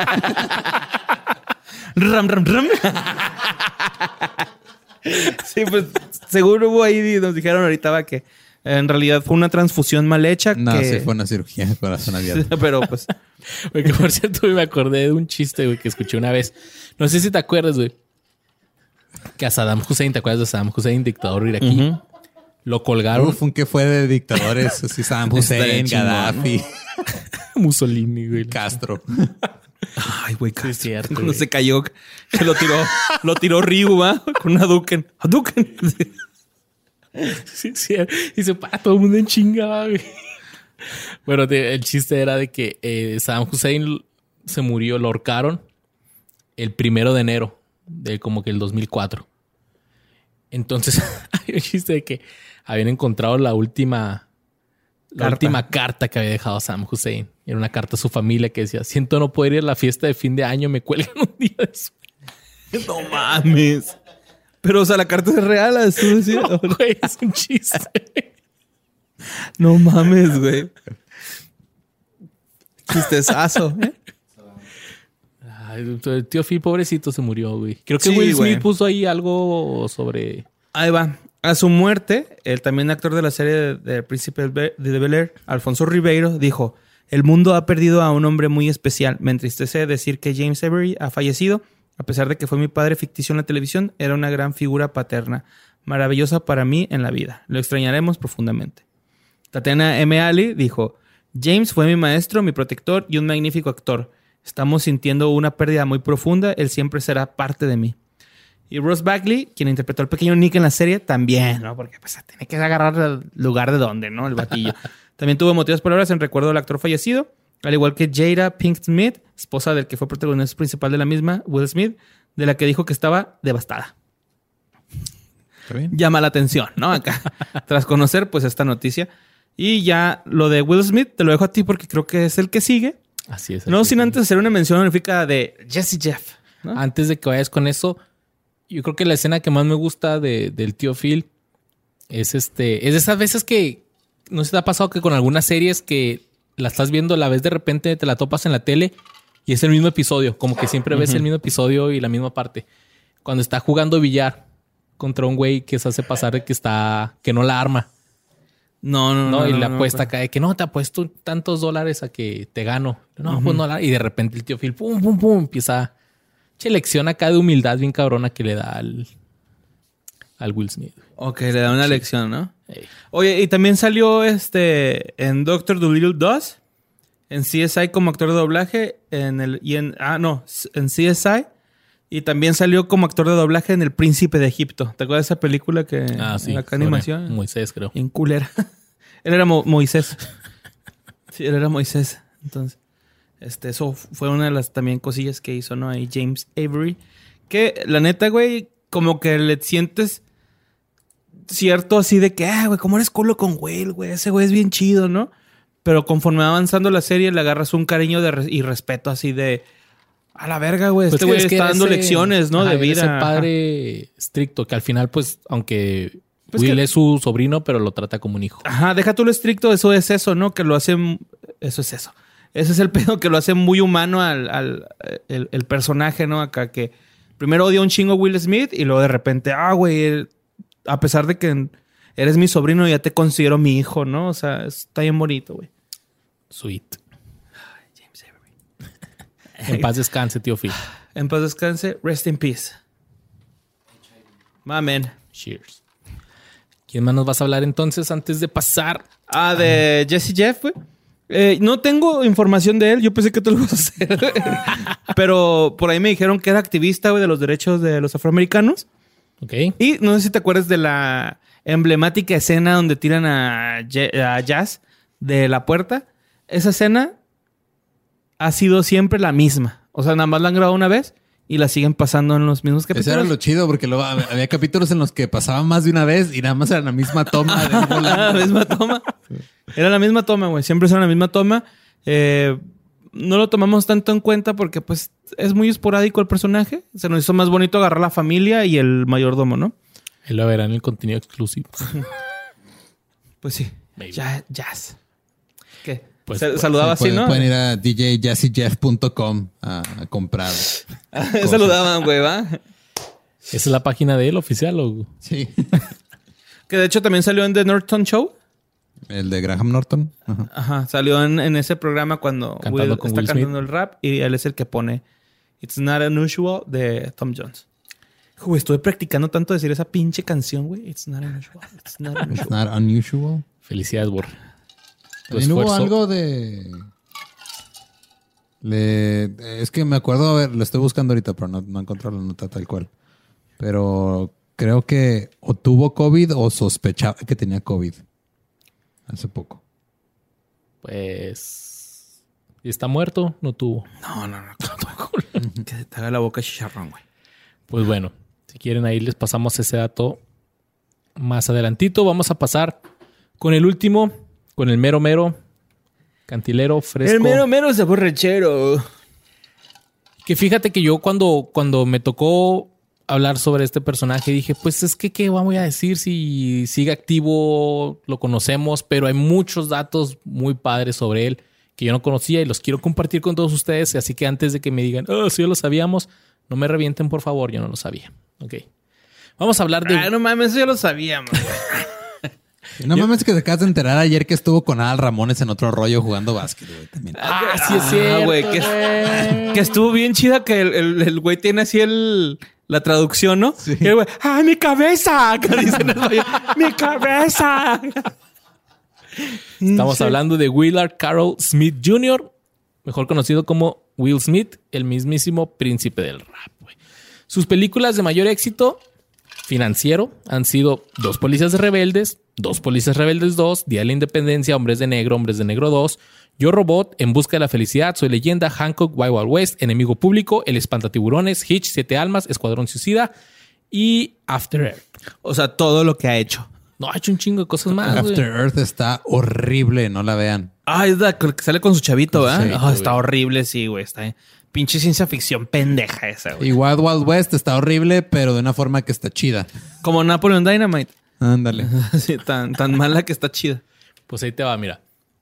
Ram. Sí, pues seguro hubo ahí, nos dijeron ahorita va que En realidad fue una transfusión mal hecha. No, sí fue una cirugía de corazón abierto. Pero pues... Güey, que por cierto, me acordé de un chiste, güey, que escuché una vez. No sé si te acuerdas, güey. Que a Saddam Hussein, ¿te acuerdas de Saddam Hussein, dictador iraquí? Lo colgaron. Uf, ¿qué fue de dictadores? Así Saddam Hussein, Gaddafi, Mussolini, güey. Castro. Ay, güey, Castro. Sí, es cierto, Cuando güey. se cayó, que lo tiró Ryu, ¿va? Con una Hadouken. Hadouken. Sí, sí. Y se para todo el mundo en chingada, güey. Bueno, el chiste era de que Saddam Hussein se murió, lo ahorcaron el 1 de enero de como que el 2004. Entonces, hay un chiste de que habían encontrado la última carta que había dejado Saddam Hussein. Era una carta a su familia que decía: siento no poder ir a la fiesta de fin de año, me cuelgan un día después. No mames. Pero, o sea, la carta es real, así decía. No, güey, es un chiste. No mames, güey. Chistezazo, ¿eh? Ay, el tío Phil, pobrecito, se murió, güey. Creo que Sí, Will güey. Smith puso ahí algo sobre... Ahí va. A su muerte, el también actor de la serie de Príncipe de Bel-Air, Alfonso Ribeiro, dijo: el mundo ha perdido a un hombre muy especial. Me entristece decir que James Avery ha fallecido. A pesar de que fue mi padre ficticio en la televisión, era una gran figura paterna, maravillosa para mí en la vida. Lo extrañaremos profundamente. Tatiana M. Ali dijo: James fue mi maestro, mi protector y un magnífico actor. Estamos sintiendo una pérdida muy profunda. Él siempre será parte de mí. Y Ross Bagley, quien interpretó al pequeño Nick en la serie, también, ¿no? Porque pues tiene que agarrar el lugar de donde, ¿no? El batillo. También tuvo emotivas palabras en recuerdo del actor fallecido, al igual que Jada Pinkett Smith, esposa del que fue protagonista principal de la misma, Will Smith, de la que dijo que estaba devastada. ¿Está bien? Llama la atención, ¿no? Acá, tras conocer, pues, esta noticia. Y ya lo de Will Smith te lo dejo a ti porque creo que es el que sigue. Así es. No sin antes hacer una mención honorífica de Jesse Jeff, ¿no? Antes de que vayas con eso, yo creo que la escena que más me gusta del tío Phil es es de esas veces que no sé si te ha pasado que con algunas series que la estás viendo, la ves de repente, te la topas en la tele y es el mismo episodio. Como que siempre ves el mismo episodio y la misma parte. Cuando está jugando billar contra un güey que se hace pasar de que no la arma. No, y la apuesta acá de que no, te apuesto tantos dólares a que te gano. No, pues no la... Y de repente el tío Phil, pum, pum, pum, empieza... Che, lección acá de humildad bien cabrona que le da al Will Smith. Ok, le da una lección, ¿no? Ey. Oye, y también salió en Doctor Dolittle 2, en CSI como actor de doblaje, en CSI, y también salió como actor de doblaje en El Príncipe de Egipto. ¿Te acuerdas de esa película que Sí. acá animación? Moisés, creo. En culera. Él era Moisés. Sí, él era Moisés. Entonces, eso fue una de las también cosillas que hizo, ¿no? Ahí James Avery. Que la neta, güey, como que le sientes cierto así de que, güey, ¿cómo eres culo con Will, güey? Ese güey es bien chido, ¿no? Pero conforme va avanzando la serie, le agarras un cariño y respeto así de... A la verga, güey. Pues Este güey es que está dando lecciones, ¿no? De vida. Ese padre estricto que al final, pues, aunque Pues Will que- es su sobrino, pero lo trata como un hijo. Ajá, deja tú lo estricto, eso es eso, ¿no? Que lo hace... Eso es eso. Ese es el pedo que lo hace muy humano el personaje, ¿no? Acá que primero odia un chingo a Will Smith y luego de repente, güey, a pesar de que eres mi sobrino, ya te considero mi hijo, ¿no? O sea, está bien bonito, güey. Sweet. James Avery. En paz descanse, tío Phil. En paz descanse. Rest in peace. My man. Cheers. ¿Quién más nos vas a hablar entonces antes de pasar? De Jesse Jeff, güey. No tengo información de él. Yo pensé que tú lo ibas a hacer. Pero por ahí me dijeron que era activista, güey, de los derechos de los afroamericanos. Ok. Y no sé si te acuerdas de la emblemática escena donde tiran a Jazz de la puerta. Esa escena ha sido siempre la misma. O sea, nada más la han grabado una vez y la siguen pasando en los mismos capítulos. Ese era lo chido, porque luego había capítulos en los que pasaban más de una vez y nada más era la misma toma. La misma toma. Era la misma toma, güey. Siempre era la misma toma. No lo tomamos tanto en cuenta porque, pues, es muy esporádico el personaje. Se nos hizo más bonito agarrar la familia y el mayordomo, ¿no? Él lo verá en el contenido exclusivo. Pues sí. Maybe. Jazz. ¿Qué? Pues, Saludaba así, ¿no? Pueden ir a djjazzyjeff.com a comprar. Saludaban, güey, ¿va? ¿Esa es la página de él oficial o...? Sí. Que de hecho también salió en The Norton Show. El de Graham Norton. Ajá. Ajá. Salió en ese programa cuando Cantando con está Will cantando Smith. el rap y él es el que pone It's Not Unusual de Tom Jones. Güey, estuve practicando tanto decir esa pinche canción, güey. It's not unusual. It's not unusual. It's not unusual. Felicidades, Burr. Tu También hubo esfuerzo. algo de... Es que me acuerdo, a ver, lo estoy buscando ahorita, pero no encontré la nota tal cual. Pero creo que o tuvo COVID o sospechaba que tenía COVID. Hace poco. Pues... ¿Y está muerto? No tuvo. No. Que te haga la boca chicharrón, güey. Pues bueno, si quieren ahí les pasamos ese dato más adelantito. Vamos a pasar con el último, con el mero mero, cantilero, fresco. El mero es de borrachero. Que fíjate que yo cuando me tocó hablar sobre este personaje dije, pues es que ¿qué vamos a decir si sigue activo? Lo conocemos, pero hay muchos datos muy padres sobre él que yo no conocía y los quiero compartir con todos ustedes. Así que antes de que me digan, sí, ya lo sabíamos, no me revienten, por favor, yo no lo sabía. Ok. Vamos a hablar de... No mames, eso ya lo sabíamos, güey. No mames que te acabas de enterar ayer que estuvo con Adal Ramones en otro rollo jugando básquet, güey. También. Sí es cierto, güey. Que estuvo bien chida que el güey tiene así la traducción, ¿no? Sí. Y el güey, mi cabeza! Acá dicen el güey, ¡mi cabeza! Estamos hablando de Willard Carroll Smith Jr., mejor conocido como Will Smith, el mismísimo príncipe del rap, güey. Sus películas de mayor éxito financiero han sido Dos Policías Rebeldes, Dos Policías Rebeldes 2, Día de la Independencia, Hombres de Negro 2, Yo Robot, En Busca de la Felicidad, Soy Leyenda, Hancock, Wild Wild West, Enemigo Público, El Espantatiburones, Hitch, Siete Almas, Escuadrón Suicida y After Earth. O sea, todo lo que ha hecho. No, ha hecho un chingo de cosas más, güey. After Earth está horrible, no la vean. Es la que sale con su chavito, Con su ¿verdad? chavito, Está horrible, sí, güey. Está pinche ciencia ficción pendeja esa, güey. Y Wild Wild West está horrible, pero de una forma que está chida. Como Napoleon Dynamite. Ándale. Sí, tan mala que está chida. Pues ahí te va, mira.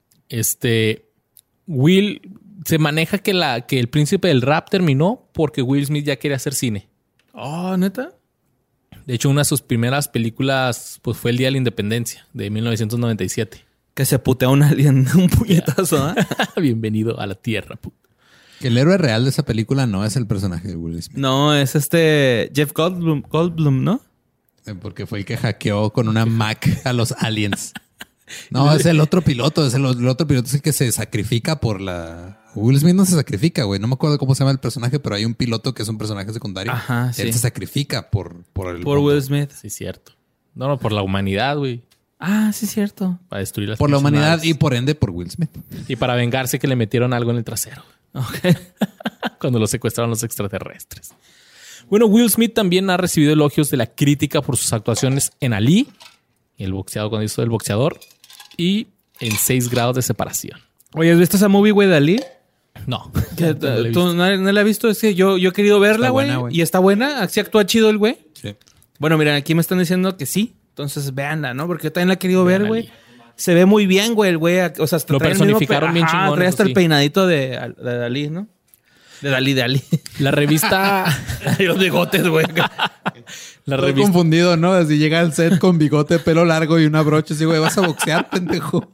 Will se maneja que el príncipe del rap terminó porque Will Smith ya quería hacer cine. Oh, ¿neta? De hecho, una de sus primeras películas pues fue El Día de la Independencia de 1997. Que se putea un alien, un puñetazo, ¿ah? Bienvenido a la Tierra. El héroe real de esa película no es el personaje de Will Smith. No, es Jeff Goldblum, ¿no? Porque fue el que hackeó con una Mac a los aliens. No, es el otro piloto. El otro piloto es el que se sacrifica por la... Will Smith no se sacrifica, güey. No me acuerdo cómo se llama el personaje, pero hay un piloto que es un personaje secundario. Ajá, sí. Él se sacrifica por Will Smith. Sí, cierto. No, por la humanidad, güey. Sí, cierto. Para destruir las por la pinches humanidad naves. y por ende por Will Smith. Y para vengarse que le metieron algo en el trasero. Ok. Cuando lo secuestraron los extraterrestres. Bueno, Will Smith también ha recibido elogios de la crítica por sus actuaciones en Ali, el boxeador cuando hizo El Boxeador, y en 6 grados de separación. Oye, ¿has visto esa movie, güey, de Ali? No. ¿Tú No la he visto. no la has visto? Es que yo he querido verla, Está güey. buena, güey. Y está buena. ¿Así actúa chido el güey? Sí. Bueno, miren, aquí me están diciendo que sí. Entonces, véanla, ¿no? Porque yo también la he querido ver, Vean güey. Ali. Se ve muy bien, güey, el güey. O sea, hasta Lo trae el mismo personificaron bien chingón, trae eso hasta sí. el peinadito de Dalí, ¿no? De Dalí. La revista... Los bigotes, güey. la Estoy revista... confundido, ¿no? Así llega al set con bigote, pelo largo y una brocha. Así, güey, vas a boxear, pendejo.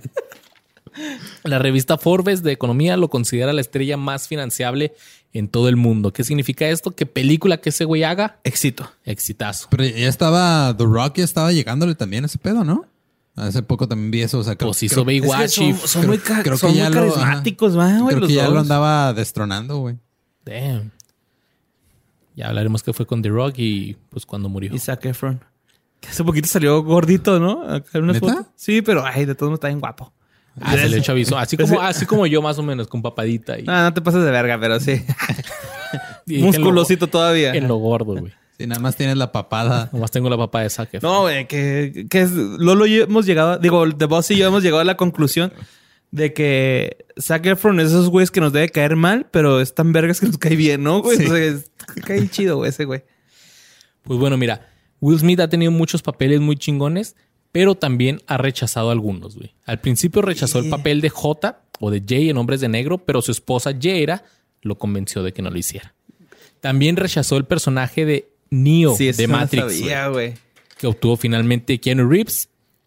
La revista Forbes de Economía lo considera la estrella más financiable en todo el mundo. ¿Qué significa esto? Que película que ese güey haga, Éxito. exitazo. Pero ya estaba... The Rock ya estaba llegándole también ese pedo, ¿no? Hace poco también vi eso. O sea, Pues hizo Baywatch y... Son muy creo son que ya muy lo- carismáticos, ¿va, güey? Creo Los que ya dos. lo andaba destronando, güey. Damn. Ya hablaremos qué fue con The Rock y pues cuando murió. Y Zac Efron. Que hace poquito salió gordito, ¿no? Acá en unas ¿Neta? fotos. Sí, pero ay, de todos modos está bien guapo. Se le echó aviso. Así como yo más o menos, con papadita. Y, No te pases de verga, pero sí. y Musculosito todavía. En lo gordo, güey. Si nada más tienes la papada. Nomás tengo la papa de Zac Efron. No, güey, que es... Lolo y yo hemos llegado... Digo, The Boss y yo hemos llegado a la conclusión de que Zac Efron es esos güeyes que nos debe caer mal, pero es tan vergas que nos cae bien, ¿no, güey? Sí. O sea, cae chido, güey, ese güey. Pues bueno, mira. Will Smith ha tenido muchos papeles muy chingones, pero también ha rechazado algunos, güey. Al principio rechazó el papel de J o de Jay en Hombres de Negro, pero su esposa Jaira lo convenció de que no lo hiciera. También rechazó el personaje de Neo Sí, eso de no lo Matrix, sabía, güey. que obtuvo finalmente Keanu Reeves.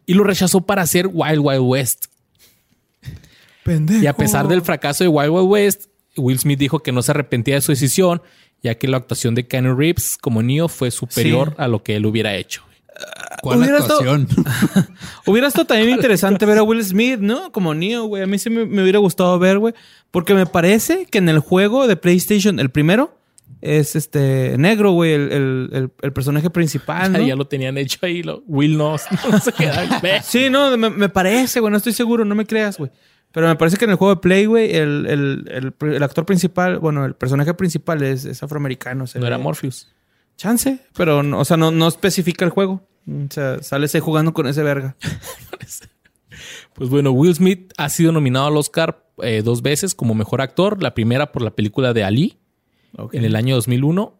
y lo rechazó para hacer Wild Wild West. Pendejo. Y a pesar del fracaso de Wild Wild West, Will Smith dijo que no se arrepentía de su decisión, ya que la actuación de Keanu Reeves como Neo fue superior a lo que él hubiera hecho. ¿Cuál actuación? Hubiera estado también interesante ver a Will Smith, ¿no? Como Neo, güey. A mí sí me hubiera gustado ver, güey. Porque me parece que en el juego de PlayStation, el primero, es negro, güey, el personaje principal, ¿no? Ya lo tenían hecho ahí. Will no se queda. Sí, no, me parece, güey. No estoy seguro, no me creas, güey. Pero me parece que en el juego de Play, güey, el actor principal, bueno, el personaje principal es afroamericano. No era Morpheus. Chance, pero no, o sea, no especifica el juego. O sea, sales ahí jugando con ese verga. Pues bueno, Will Smith ha sido nominado al Oscar 2 veces como mejor actor. La primera por la película de Ali en el año 2001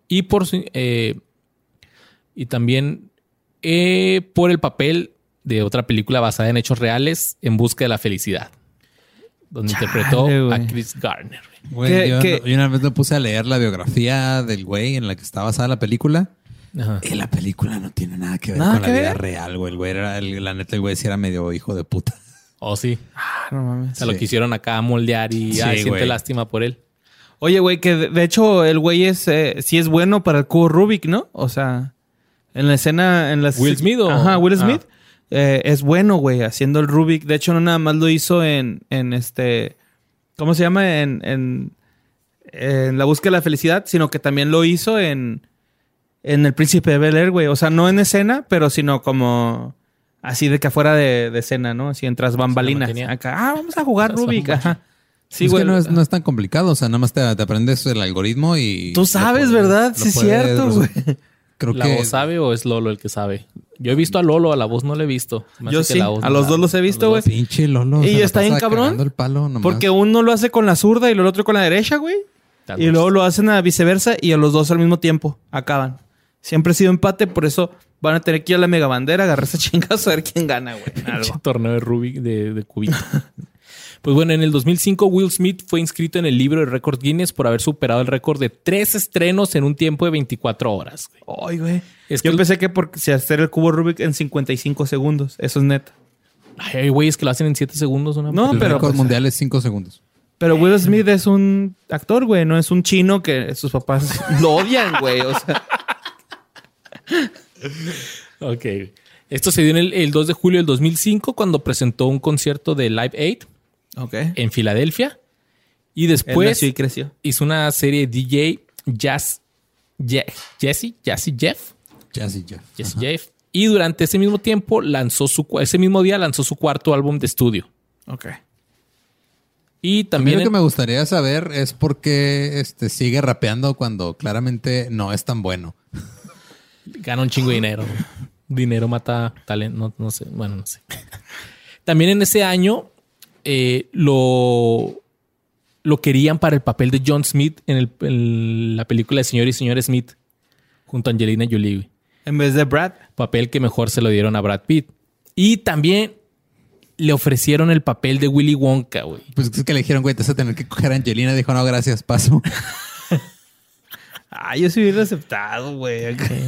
y también por el papel de otra película basada en hechos reales, En busca de la felicidad, donde interpretó a Chris Gardner. Güey, yo una vez me puse a leer la biografía del güey en la que está basada la película. Ajá. Y la película no tiene nada que ver con la vida real, güey. El güey era, la neta, el güey sí era medio hijo de puta. Oh, sí. No mames. O sea, lo quisieron acá moldear y siente lástima por él. Oye, güey, que de hecho el güey sí es bueno para el cubo Rubik, ¿no? O sea, en la escena... ¿Will Smith o...? Ajá, Will Smith. Es bueno, güey, haciendo el Rubik. De hecho, no nada más lo hizo en ¿cómo se llama? En La búsqueda de la felicidad, sino que también lo hizo en El Príncipe de Bel-Air, güey. O sea, no en escena, pero sino como así de que afuera de escena, ¿no? Así en tras bambalinas. Acá, vamos a jugar Rubik. Ajá. Sí, güey. Que no es tan complicado. O sea, nada más te aprendes el algoritmo y... Tú sabes, ¿verdad? Sí, es cierto, güey. Creo ¿La voz sabe o es Lolo el que sabe? Yo he visto a Lolo, a la voz no le he visto. Yo sí, a los dos los he visto, güey. Pinche Lolo. Y está bien cabrón. El palo porque uno lo hace con la zurda y el otro con la derecha, güey. Y luego lo hacen a viceversa y a los dos al mismo tiempo acaban. Siempre ha sido empate, por eso van a tener que ir a la mega bandera, agarrarse chingazo a ver quién gana, güey. Torneo de Rubik de cubito. Pues bueno, en el 2005 Will Smith fue inscrito en el libro de récord Guinness por haber superado el récord de 3 estrenos en un tiempo de 24 horas. Ay, güey. Yo pensé que por hacer el cubo Rubik en 55 segundos. Eso es neta. Ay, güey, es que lo hacen en 7 segundos. No, el récord mundial es 5 segundos. Pero Will Smith es un actor, güey. No es un chino que sus papás lo odian, güey. O sea... Ok. Esto se dio en el 2 de julio del 2005 cuando presentó un concierto de Live Aid en Filadelfia. Y después hizo una serie de DJ Jazzy Jeff. Y durante ese mismo tiempo ese mismo día lanzó su cuarto álbum de estudio. Ok. Y también lo que me gustaría saber es por qué sigue rapeando cuando claramente no es tan bueno. Gana un chingo de dinero. Dinero mata talento. No sé. Bueno, no sé. También en ese año lo querían para el papel de John Smith en la película de Señor y Señor Smith junto a Angelina Jolie. En vez de Brad. Papel que mejor se lo dieron a Brad Pitt. Y también le ofrecieron el papel de Willy Wonka, güey. Pues es que le dijeron, güey, te vas a tener que coger a Angelina. Dijo, no, gracias, paso. Yo sí hubiera aceptado, güey.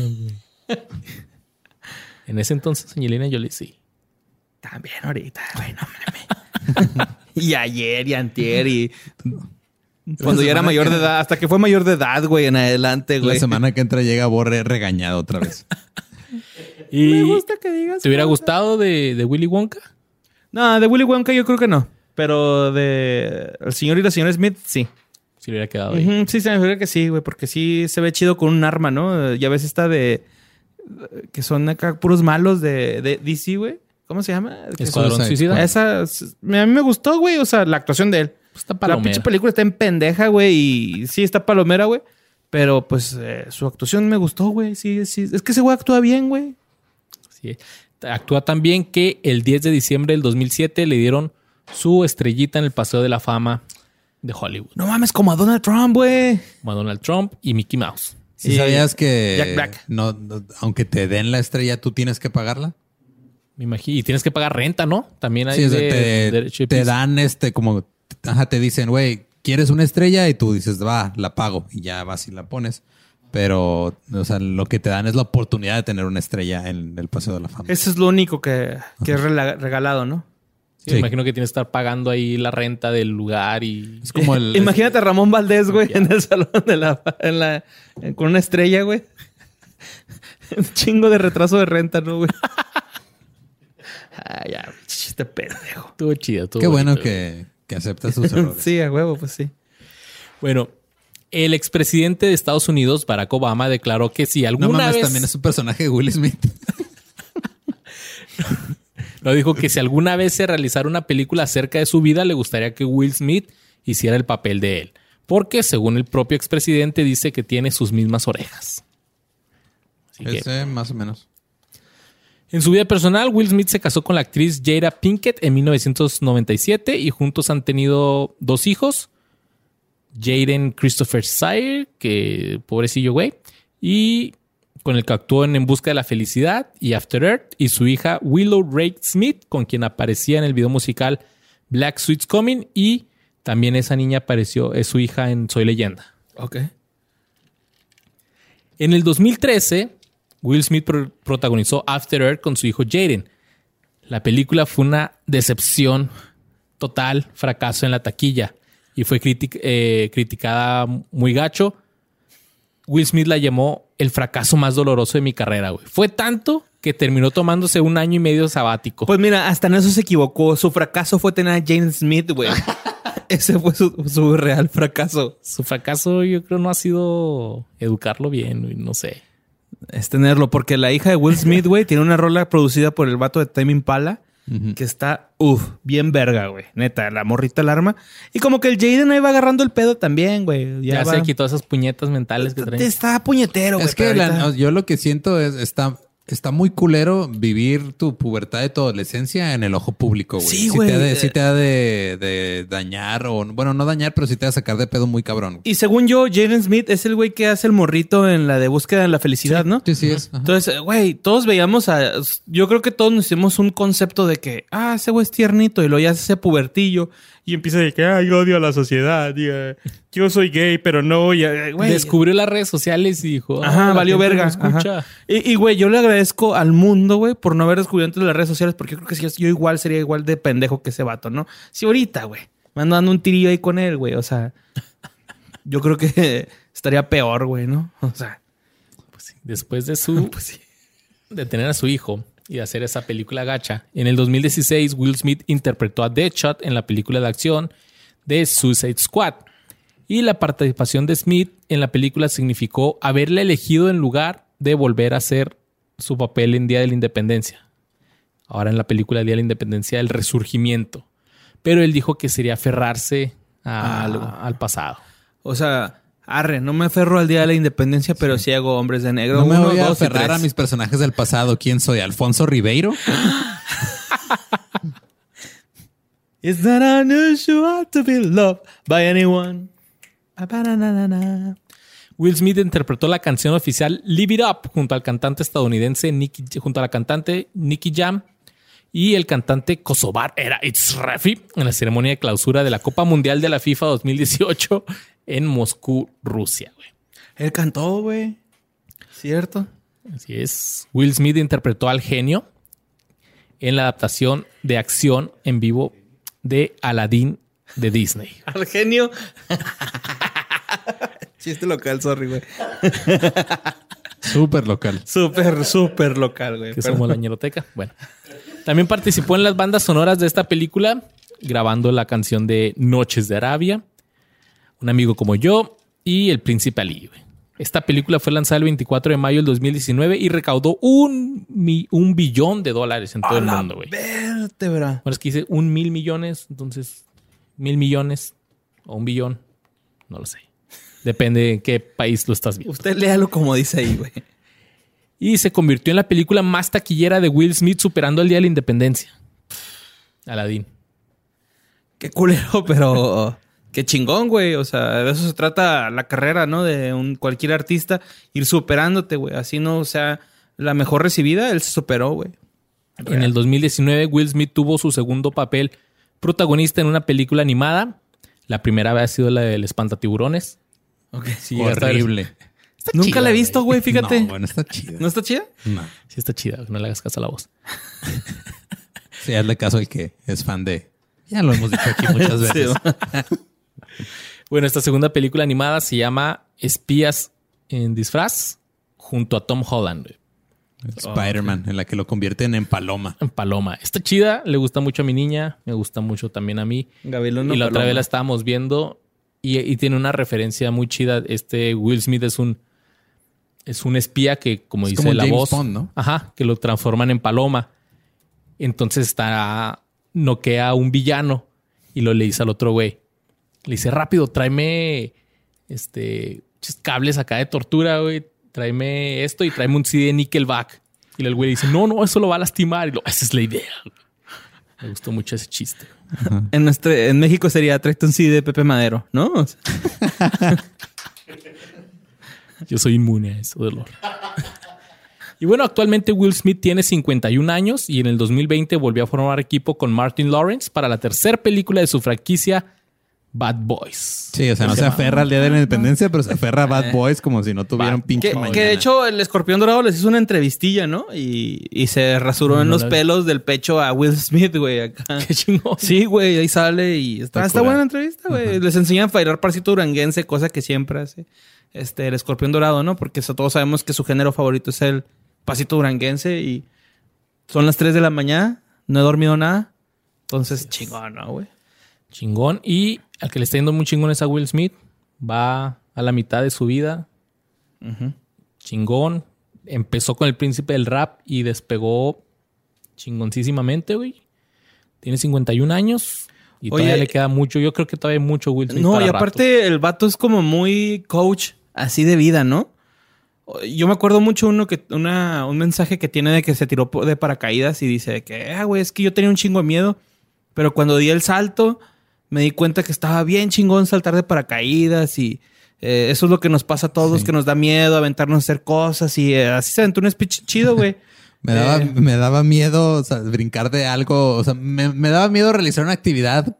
En ese entonces, Angelina Jolie, sí. También ahorita, güey, no mames. Y ayer y antier y... Cuando ya era mayor de edad. Hasta que fue mayor de edad, güey, en adelante, güey. La semana que entra llega Borre regañado otra vez. Y me gusta que digas... ¿Te hubiera gustado de Willy Wonka? No, de Willy Wonka yo creo que no. Pero de El Señor y la Señora Smith, sí. Si le hubiera quedado ahí. Sí, se me figura que sí, güey. Porque sí se ve chido con un arma, ¿no? Ya ves esta de... Que son acá puros malos de DC, güey. ¿Cómo se llama? Escuadrón Suicida. Esa... A mí me gustó, güey. O sea, la actuación de él. Está palomera. La pinche película está en pendeja, güey. Y sí, está palomera, güey. Pero, pues, su actuación me gustó, güey. Sí. Es que ese güey actúa bien, güey. Sí. Actúa tan bien que el 10 de diciembre del 2007 le dieron su estrellita en el Paseo de la Fama de Hollywood. No mames, como a Donald Trump, güey. Como a Donald Trump y Mickey Mouse. ¿Sí sabías que Jack Black. No, aunque te den la estrella, tú tienes que pagarla? Me imagino. Y tienes que pagar renta, ¿no? También hay te dan como... Ajá, te dicen, güey, ¿quieres una estrella? Y tú dices, va, la pago. Y ya vas y la pones. Pero, o sea, lo que te dan es la oportunidad de tener una estrella en el Paseo de la Fama. Eso es lo único que es regalado, ¿no? Sí. Me imagino que tienes que estar pagando ahí la renta del lugar y... Es como el... Imagínate a Ramón Valdés, güey, en el salón con una estrella, güey. Un chingo de retraso de renta, ¿no, güey? Ay, ya, chiste pendejo. Estuvo chido. Qué bueno que aceptas sus errores. Sí, a huevo, pues sí. Bueno, el expresidente de Estados Unidos, Barack Obama, declaró que si alguna vez... también es un personaje de Will Smith. No, dijo que si alguna vez se realizara una película acerca de su vida, le gustaría que Will Smith hiciera el papel de él. Porque, según el propio expresidente, dice que tiene sus mismas orejas. Así que, más o menos. en su vida personal, Will Smith se casó con la actriz Jada Pinkett en 1997 y juntos han tenido 2 hijos. Jaden Christopher Sire, que pobrecillo güey, y con el que actuó en Busca de la Felicidad y After Earth, y su hija Willow Ray Smith, con quien aparecía en el video musical Black Sweet's Coming, y también esa niña apareció, es su hija en Soy Leyenda. Ok. En el 2013, Will Smith protagonizó After Earth con su hijo Jaden. La película fue una decepción total, fracaso en la taquilla, y fue criticada muy gacho. Will Smith la llamó el fracaso más doloroso de mi carrera, güey. Fue tanto que terminó tomándose 1 año y medio sabático. Pues mira, hasta en eso se equivocó. Su fracaso fue tener a Jaden Smith, güey. Ese fue su real fracaso. Su fracaso yo creo no ha sido educarlo bien, güey. No sé. Es tenerlo, porque la hija de Will Smith, güey, tiene una rola producida por el vato de Tame Impala. Que está, bien verga, güey. Neta, la morrita alarma. Y como que el Jaden ahí va agarrando el pedo también, güey. Ya se quitó esas puñetas mentales que trae. Está puñetero, güey. Es que yo lo que siento es... Está muy culero vivir tu pubertad de tu adolescencia en el ojo público, güey. Sí, güey. Sí te ha de dañar o... Bueno, no dañar, pero sí te va a sacar de pedo muy cabrón. Güey. Y según yo, Jaden Smith es el güey que hace el morrito en la de Búsqueda de la Felicidad, ¿no? Sí es. Ajá. Entonces, güey, todos veíamos a... Yo creo que todos nos hicimos un concepto de que... ese güey es tiernito. Y luego ya hace ese pubertillo. Y empieza de que... yo odio a la sociedad. Y, yo soy gay, pero no... güey. Descubrió las redes sociales y dijo... valió verga. Escucha. Y, güey, yo le agradezco al mundo, güey, por no haber descubierto antes de las redes sociales. Porque yo creo que yo igual sería igual de pendejo que ese vato, ¿no? Si ahorita, güey, me ando dando un tirillo ahí con él, güey. O sea... Yo creo que estaría peor, güey, ¿no? O sea... Pues sí. Después de de tener a su hijo... y hacer esa película gacha. En el 2016, Will Smith interpretó a Deadshot en la película de acción de Suicide Squad. Y la participación de Smith en la película significó haberle elegido en lugar de volver a hacer su papel en Día de la Independencia. Ahora en la película Día de la Independencia, el resurgimiento. Pero él dijo que sería aferrarse al pasado. O sea... no me aferro al Día de la Independencia, pero sí hago Hombres de Negro. No me voy a aferrar a mis personajes del pasado. ¿Quién soy? ¿Alfonso Ribeiro? It's not unusual to be loved by anyone. Will Smith interpretó la canción oficial Live It Up junto al cantante estadounidense junto a la cantante Nicky Jam y el cantante kosovar era It's Rafi en la ceremonia de clausura de la Copa Mundial de la FIFA 2018 en Moscú, Rusia, güey. Él cantó, güey. ¿Cierto? Así es. Will Smith interpretó al genio en la adaptación de acción en vivo de Aladdin de Disney. Al genio. Chiste local, sorry, güey. Súper local. Súper local, güey. Que somos la ñeroteca. Bueno. También participó en las bandas sonoras de esta película, grabando la canción de Noches de Arabia, Un amigo como yo y El Príncipe Ali, güey. Esta película fue lanzada el 24 de mayo del 2019 y recaudó $1 billón en todo el mundo, güey. Vértebra. Bueno, es que dice 1,000 millones, entonces 1,000 millones o 1 billón, no lo sé. Depende de qué país lo estás viendo. Usted léalo como dice ahí, güey. Y se convirtió en la película más taquillera de Will Smith, superando el Día de la Independencia. Aladdin. Qué culero, pero... Qué chingón, güey. O sea, de eso se trata la carrera, ¿no? De cualquier artista. Ir superándote, güey. Así no sea la mejor recibida. Él se superó, güey. En el 2019, Will Smith tuvo su segundo papel protagonista en una película animada. La primera había sido la del Espantatiburones. Okay. Sí, horrible. Nunca chida, la he visto, güey, fíjate. No, bueno, está chida. ¿No está chida? No. Sí está chida. No le hagas caso a la voz. Sí, hazle caso al que es fan de... Ya lo hemos dicho aquí muchas veces. Bueno, esta segunda película animada se llama Espías en disfraz junto a Tom Holland, güey. Spider-Man, en la que lo convierten en paloma. En Paloma. Está chida, le gusta mucho a mi niña, me gusta mucho también a mí. Gabilondo, Y la otra paloma. vez la estábamos viendo y tiene una referencia muy chida. Will Smith es un espía que, como Es dice como la James voz, Bond, ¿no? ajá, que lo transforman en paloma. Entonces noquea a un villano y le dice al otro güey. Le dice, rápido, tráeme cables acá de tortura, güey. Tráeme esto y tráeme un CD de Nickelback. Y el güey dice, no, eso lo va a lastimar. Y esa es la idea. Me gustó mucho ese chiste. En México sería tráete un CD de Pepe Madero, ¿no? O sea, Yo soy inmune a eso, dolor. Y bueno, actualmente Will Smith tiene 51 años y en el 2020 volvió a formar equipo con Martin Lawrence para la tercera película de su franquicia Bad Boys. Sí, o sea, no se aferra al Día de la Independencia, pero se aferra a Bad Boys como si no tuviera un pinche mañana. que de hecho el Escorpión Dorado les hizo una entrevistilla, ¿no? Y se rasuró en los pelos del pecho a Will Smith, güey, acá. Qué chingón. Sí, güey, ahí sale y está curada. buena la entrevista, güey. Les enseñan a bailar pasito duranguense, cosa que siempre hace el Escorpión Dorado, ¿no? Porque todos sabemos que su género favorito es el pasito duranguense y son las 3 de la mañana, no he dormido nada. Entonces, chingón, ¿no, güey? Chingón. Y al que le está yendo muy chingón es a Will Smith. Va a la mitad de su vida. Chingón. Empezó con el príncipe del rap y despegó chingoncísimamente, güey. Tiene 51 años y todavía le queda mucho. Yo creo que todavía hay mucho Will Smith. No, para y rato. aparte el vato es como muy coach así de vida, ¿no? Yo me acuerdo mucho un mensaje que tiene de que se tiró de paracaídas y dice que, güey, es que yo tenía un chingo de miedo, pero cuando di el salto me di cuenta que estaba bien chingón saltar de paracaídas y eso es lo que nos pasa a todos, que nos da miedo aventarnos a hacer cosas y así se aventó un speech chido, güey. Me daba miedo, o sea, brincar de algo. O sea, me daba miedo realizar una actividad,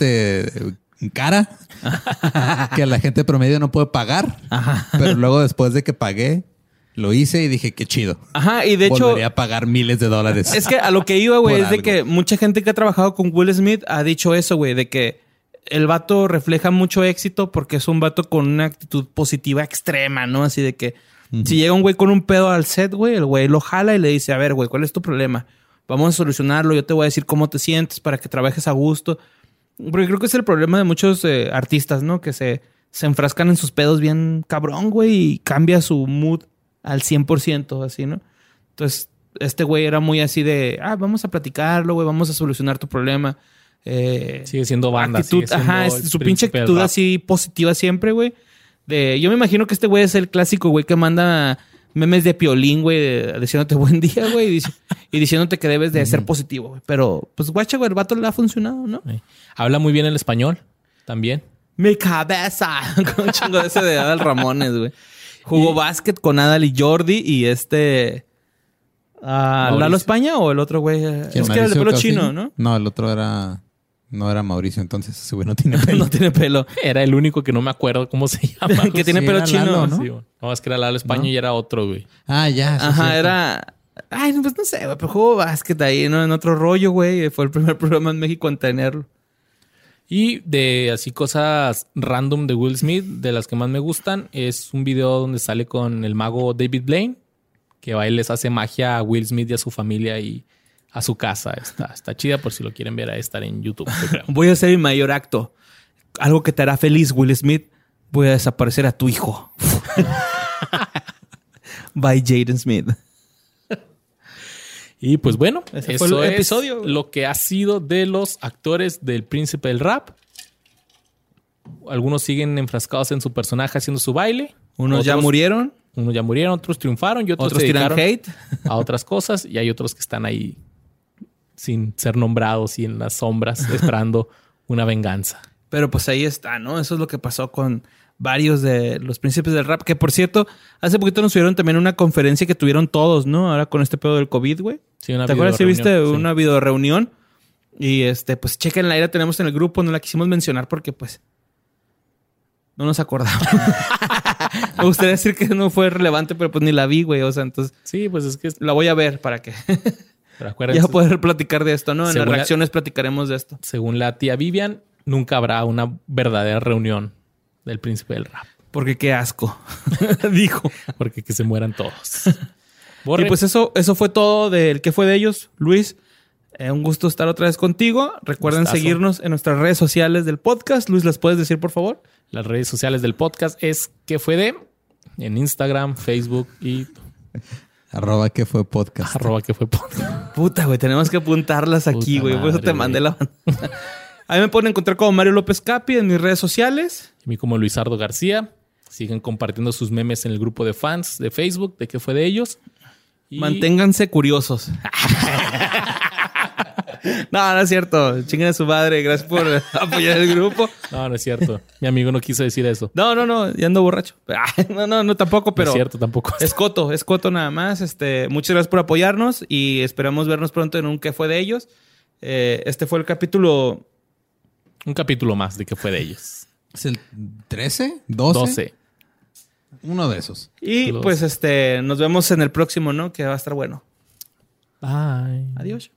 cara que la gente promedio no puede pagar. Ajá. Pero luego después de que pagué, lo hice y dije, qué chido. Ajá, y de hecho... Volvería a pagar miles de dólares. Es que a lo que iba, güey, Por es de algo. que mucha gente que ha trabajado con Will Smith ha dicho eso, güey, de que el vato refleja mucho éxito porque es un vato con una actitud positiva extrema, ¿no? Así de que si llega un güey con un pedo al set, güey, el güey lo jala y le dice, a ver, güey, ¿cuál es tu problema? Vamos a solucionarlo, yo te voy a decir cómo te sientes para que trabajes a gusto. Porque creo que es el problema de muchos artistas, ¿no? Que se enfrascan en sus pedos bien cabrón, güey, y cambia su mood al 100%, así, ¿no? Entonces, este güey era muy así de, vamos a platicarlo, güey, vamos a solucionar tu problema. Sigue siendo banda. Actitud, sigue siendo ajá, el su pinche príncipe del actitud rap. así positiva siempre, güey. Yo me imagino que este güey es el clásico güey que manda memes de Piolín, güey, diciéndote buen día, güey, y diciéndote que debes de ser positivo, güey. Pero, pues, guacha, güey, el vato le ha funcionado, ¿no? Sí. Habla muy bien el español también. Mi cabeza. Con un chingo de ese de Adal Ramones, güey. Jugó básquet con Adal y Jordi y ¿Lalo España o el otro güey? Es que era el de pelo chino, ¿no? No, el otro era... No era Mauricio, entonces ese güey no tiene pelo. No tiene pelo. Era el único que no me acuerdo cómo se llama. Que tiene Sí, pelo era chino, Lalo, ¿no? ¿no? Sí, güey. No, es que era Lalo España ¿No? y era otro, güey. Ah, ya. sí, Ajá, cierto. era... Ay, pues no sé, güey, pero jugó básquet ahí, ¿no? En otro rollo, güey. Fue el primer programa en México en tenerlo. Y de así cosas random de Will Smith, de las que más me gustan, es un video donde sale con el mago David Blaine, que va y les hace magia a Will Smith y a su familia y a su casa. Está chida, por si lo quieren ver, a estar en YouTube, yo creo. Voy a hacer mi mayor acto. Algo que te hará feliz, Will Smith. Voy a desaparecer a tu hijo. By Jaden Smith. Y pues bueno, Ese eso fue el es episodio. lo que ha sido de los actores del Príncipe del Rap. Algunos siguen enfrascados en su personaje haciendo su baile. Unos ya murieron. Unos ya murieron, otros triunfaron y otros Otros se tiran dedicaron hate. a otras cosas. Y hay otros que están ahí sin ser nombrados y en las sombras esperando una venganza. Pero pues ahí está, ¿no? Eso es lo que pasó con varios de los príncipes del rap. Que por cierto, hace poquito nos tuvieron también una conferencia que tuvieron todos, ¿no? Ahora con este pedo del COVID, güey. Sí, una ¿Te acuerdas si viste videoreunión, sí. una video reunión? Y pues chequenla, ahí la tenemos en el grupo, no la quisimos mencionar porque pues no nos acordamos. Me gustaría decir que no fue relevante, pero pues ni la vi, güey. O sea, entonces... Sí, pues es que... La voy a ver para que... Pero acuérdense, ya poder platicar de esto, ¿no? En las según reacciones platicaremos de esto. según la tía Vivian, nunca habrá una verdadera reunión del príncipe del rap. Porque qué asco. Dijo. Porque que se mueran todos. Y pues eso fue todo del que fue de ellos. Luis, un gusto estar otra vez contigo. Recuerden Gustazo. seguirnos en nuestras redes sociales del podcast. Luis, ¿las puedes decir, por favor? Las redes sociales del podcast es ¿Qué fue de? En Instagram, Facebook y @ que fue podcast. @ que fue podcast. Puta, güey, tenemos que apuntarlas aquí, Puta güey. Por eso madre, te mandé güey. la... Ahí me pueden encontrar como Mario López Capi en mis redes sociales. Y a mí como Luisardo García. Siguen compartiendo sus memes en el grupo de fans de Facebook de ¿Qué fue de ellos? Y Manténganse curiosos. No, no es cierto. Chinguen a su madre. Gracias por apoyar el grupo. No, no es cierto. Mi amigo no quiso decir eso. No. Ya ando borracho. No, tampoco, pero... No es cierto tampoco. Es coto nada más. Muchas gracias por apoyarnos y esperamos vernos pronto en un ¿Qué fue de ellos? Este fue el capítulo... Un capítulo más de ¿Qué fue de ellos? ¿Es el 13? ¿12? 12. Uno de esos. Y Los- pues nos vemos en el próximo, ¿no? Que va a estar bueno. Bye. Adiós.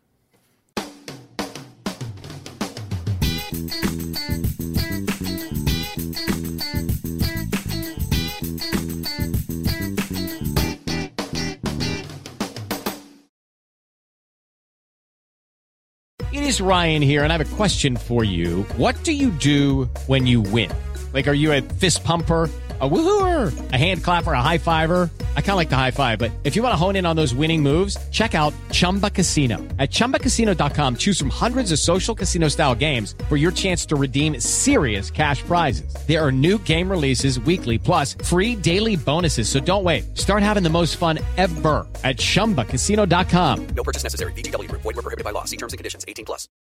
It is Ryan here, and I have a question for you. What do you do when you win? Like, are you a fist pumper? A woohooer, a hand clapper, a high fiver. I kind of like the high five, but if you want to hone in on those winning moves, check out Chumba Casino. At ChumbaCasino.com, choose from hundreds of social casino style games for your chance to redeem serious cash prizes. There are new game releases weekly, plus free daily bonuses. So don't wait. Start having the most fun ever at ChumbaCasino.com. No purchase necessary. VGW Group. Void where prohibited by law. See terms and conditions. 18+.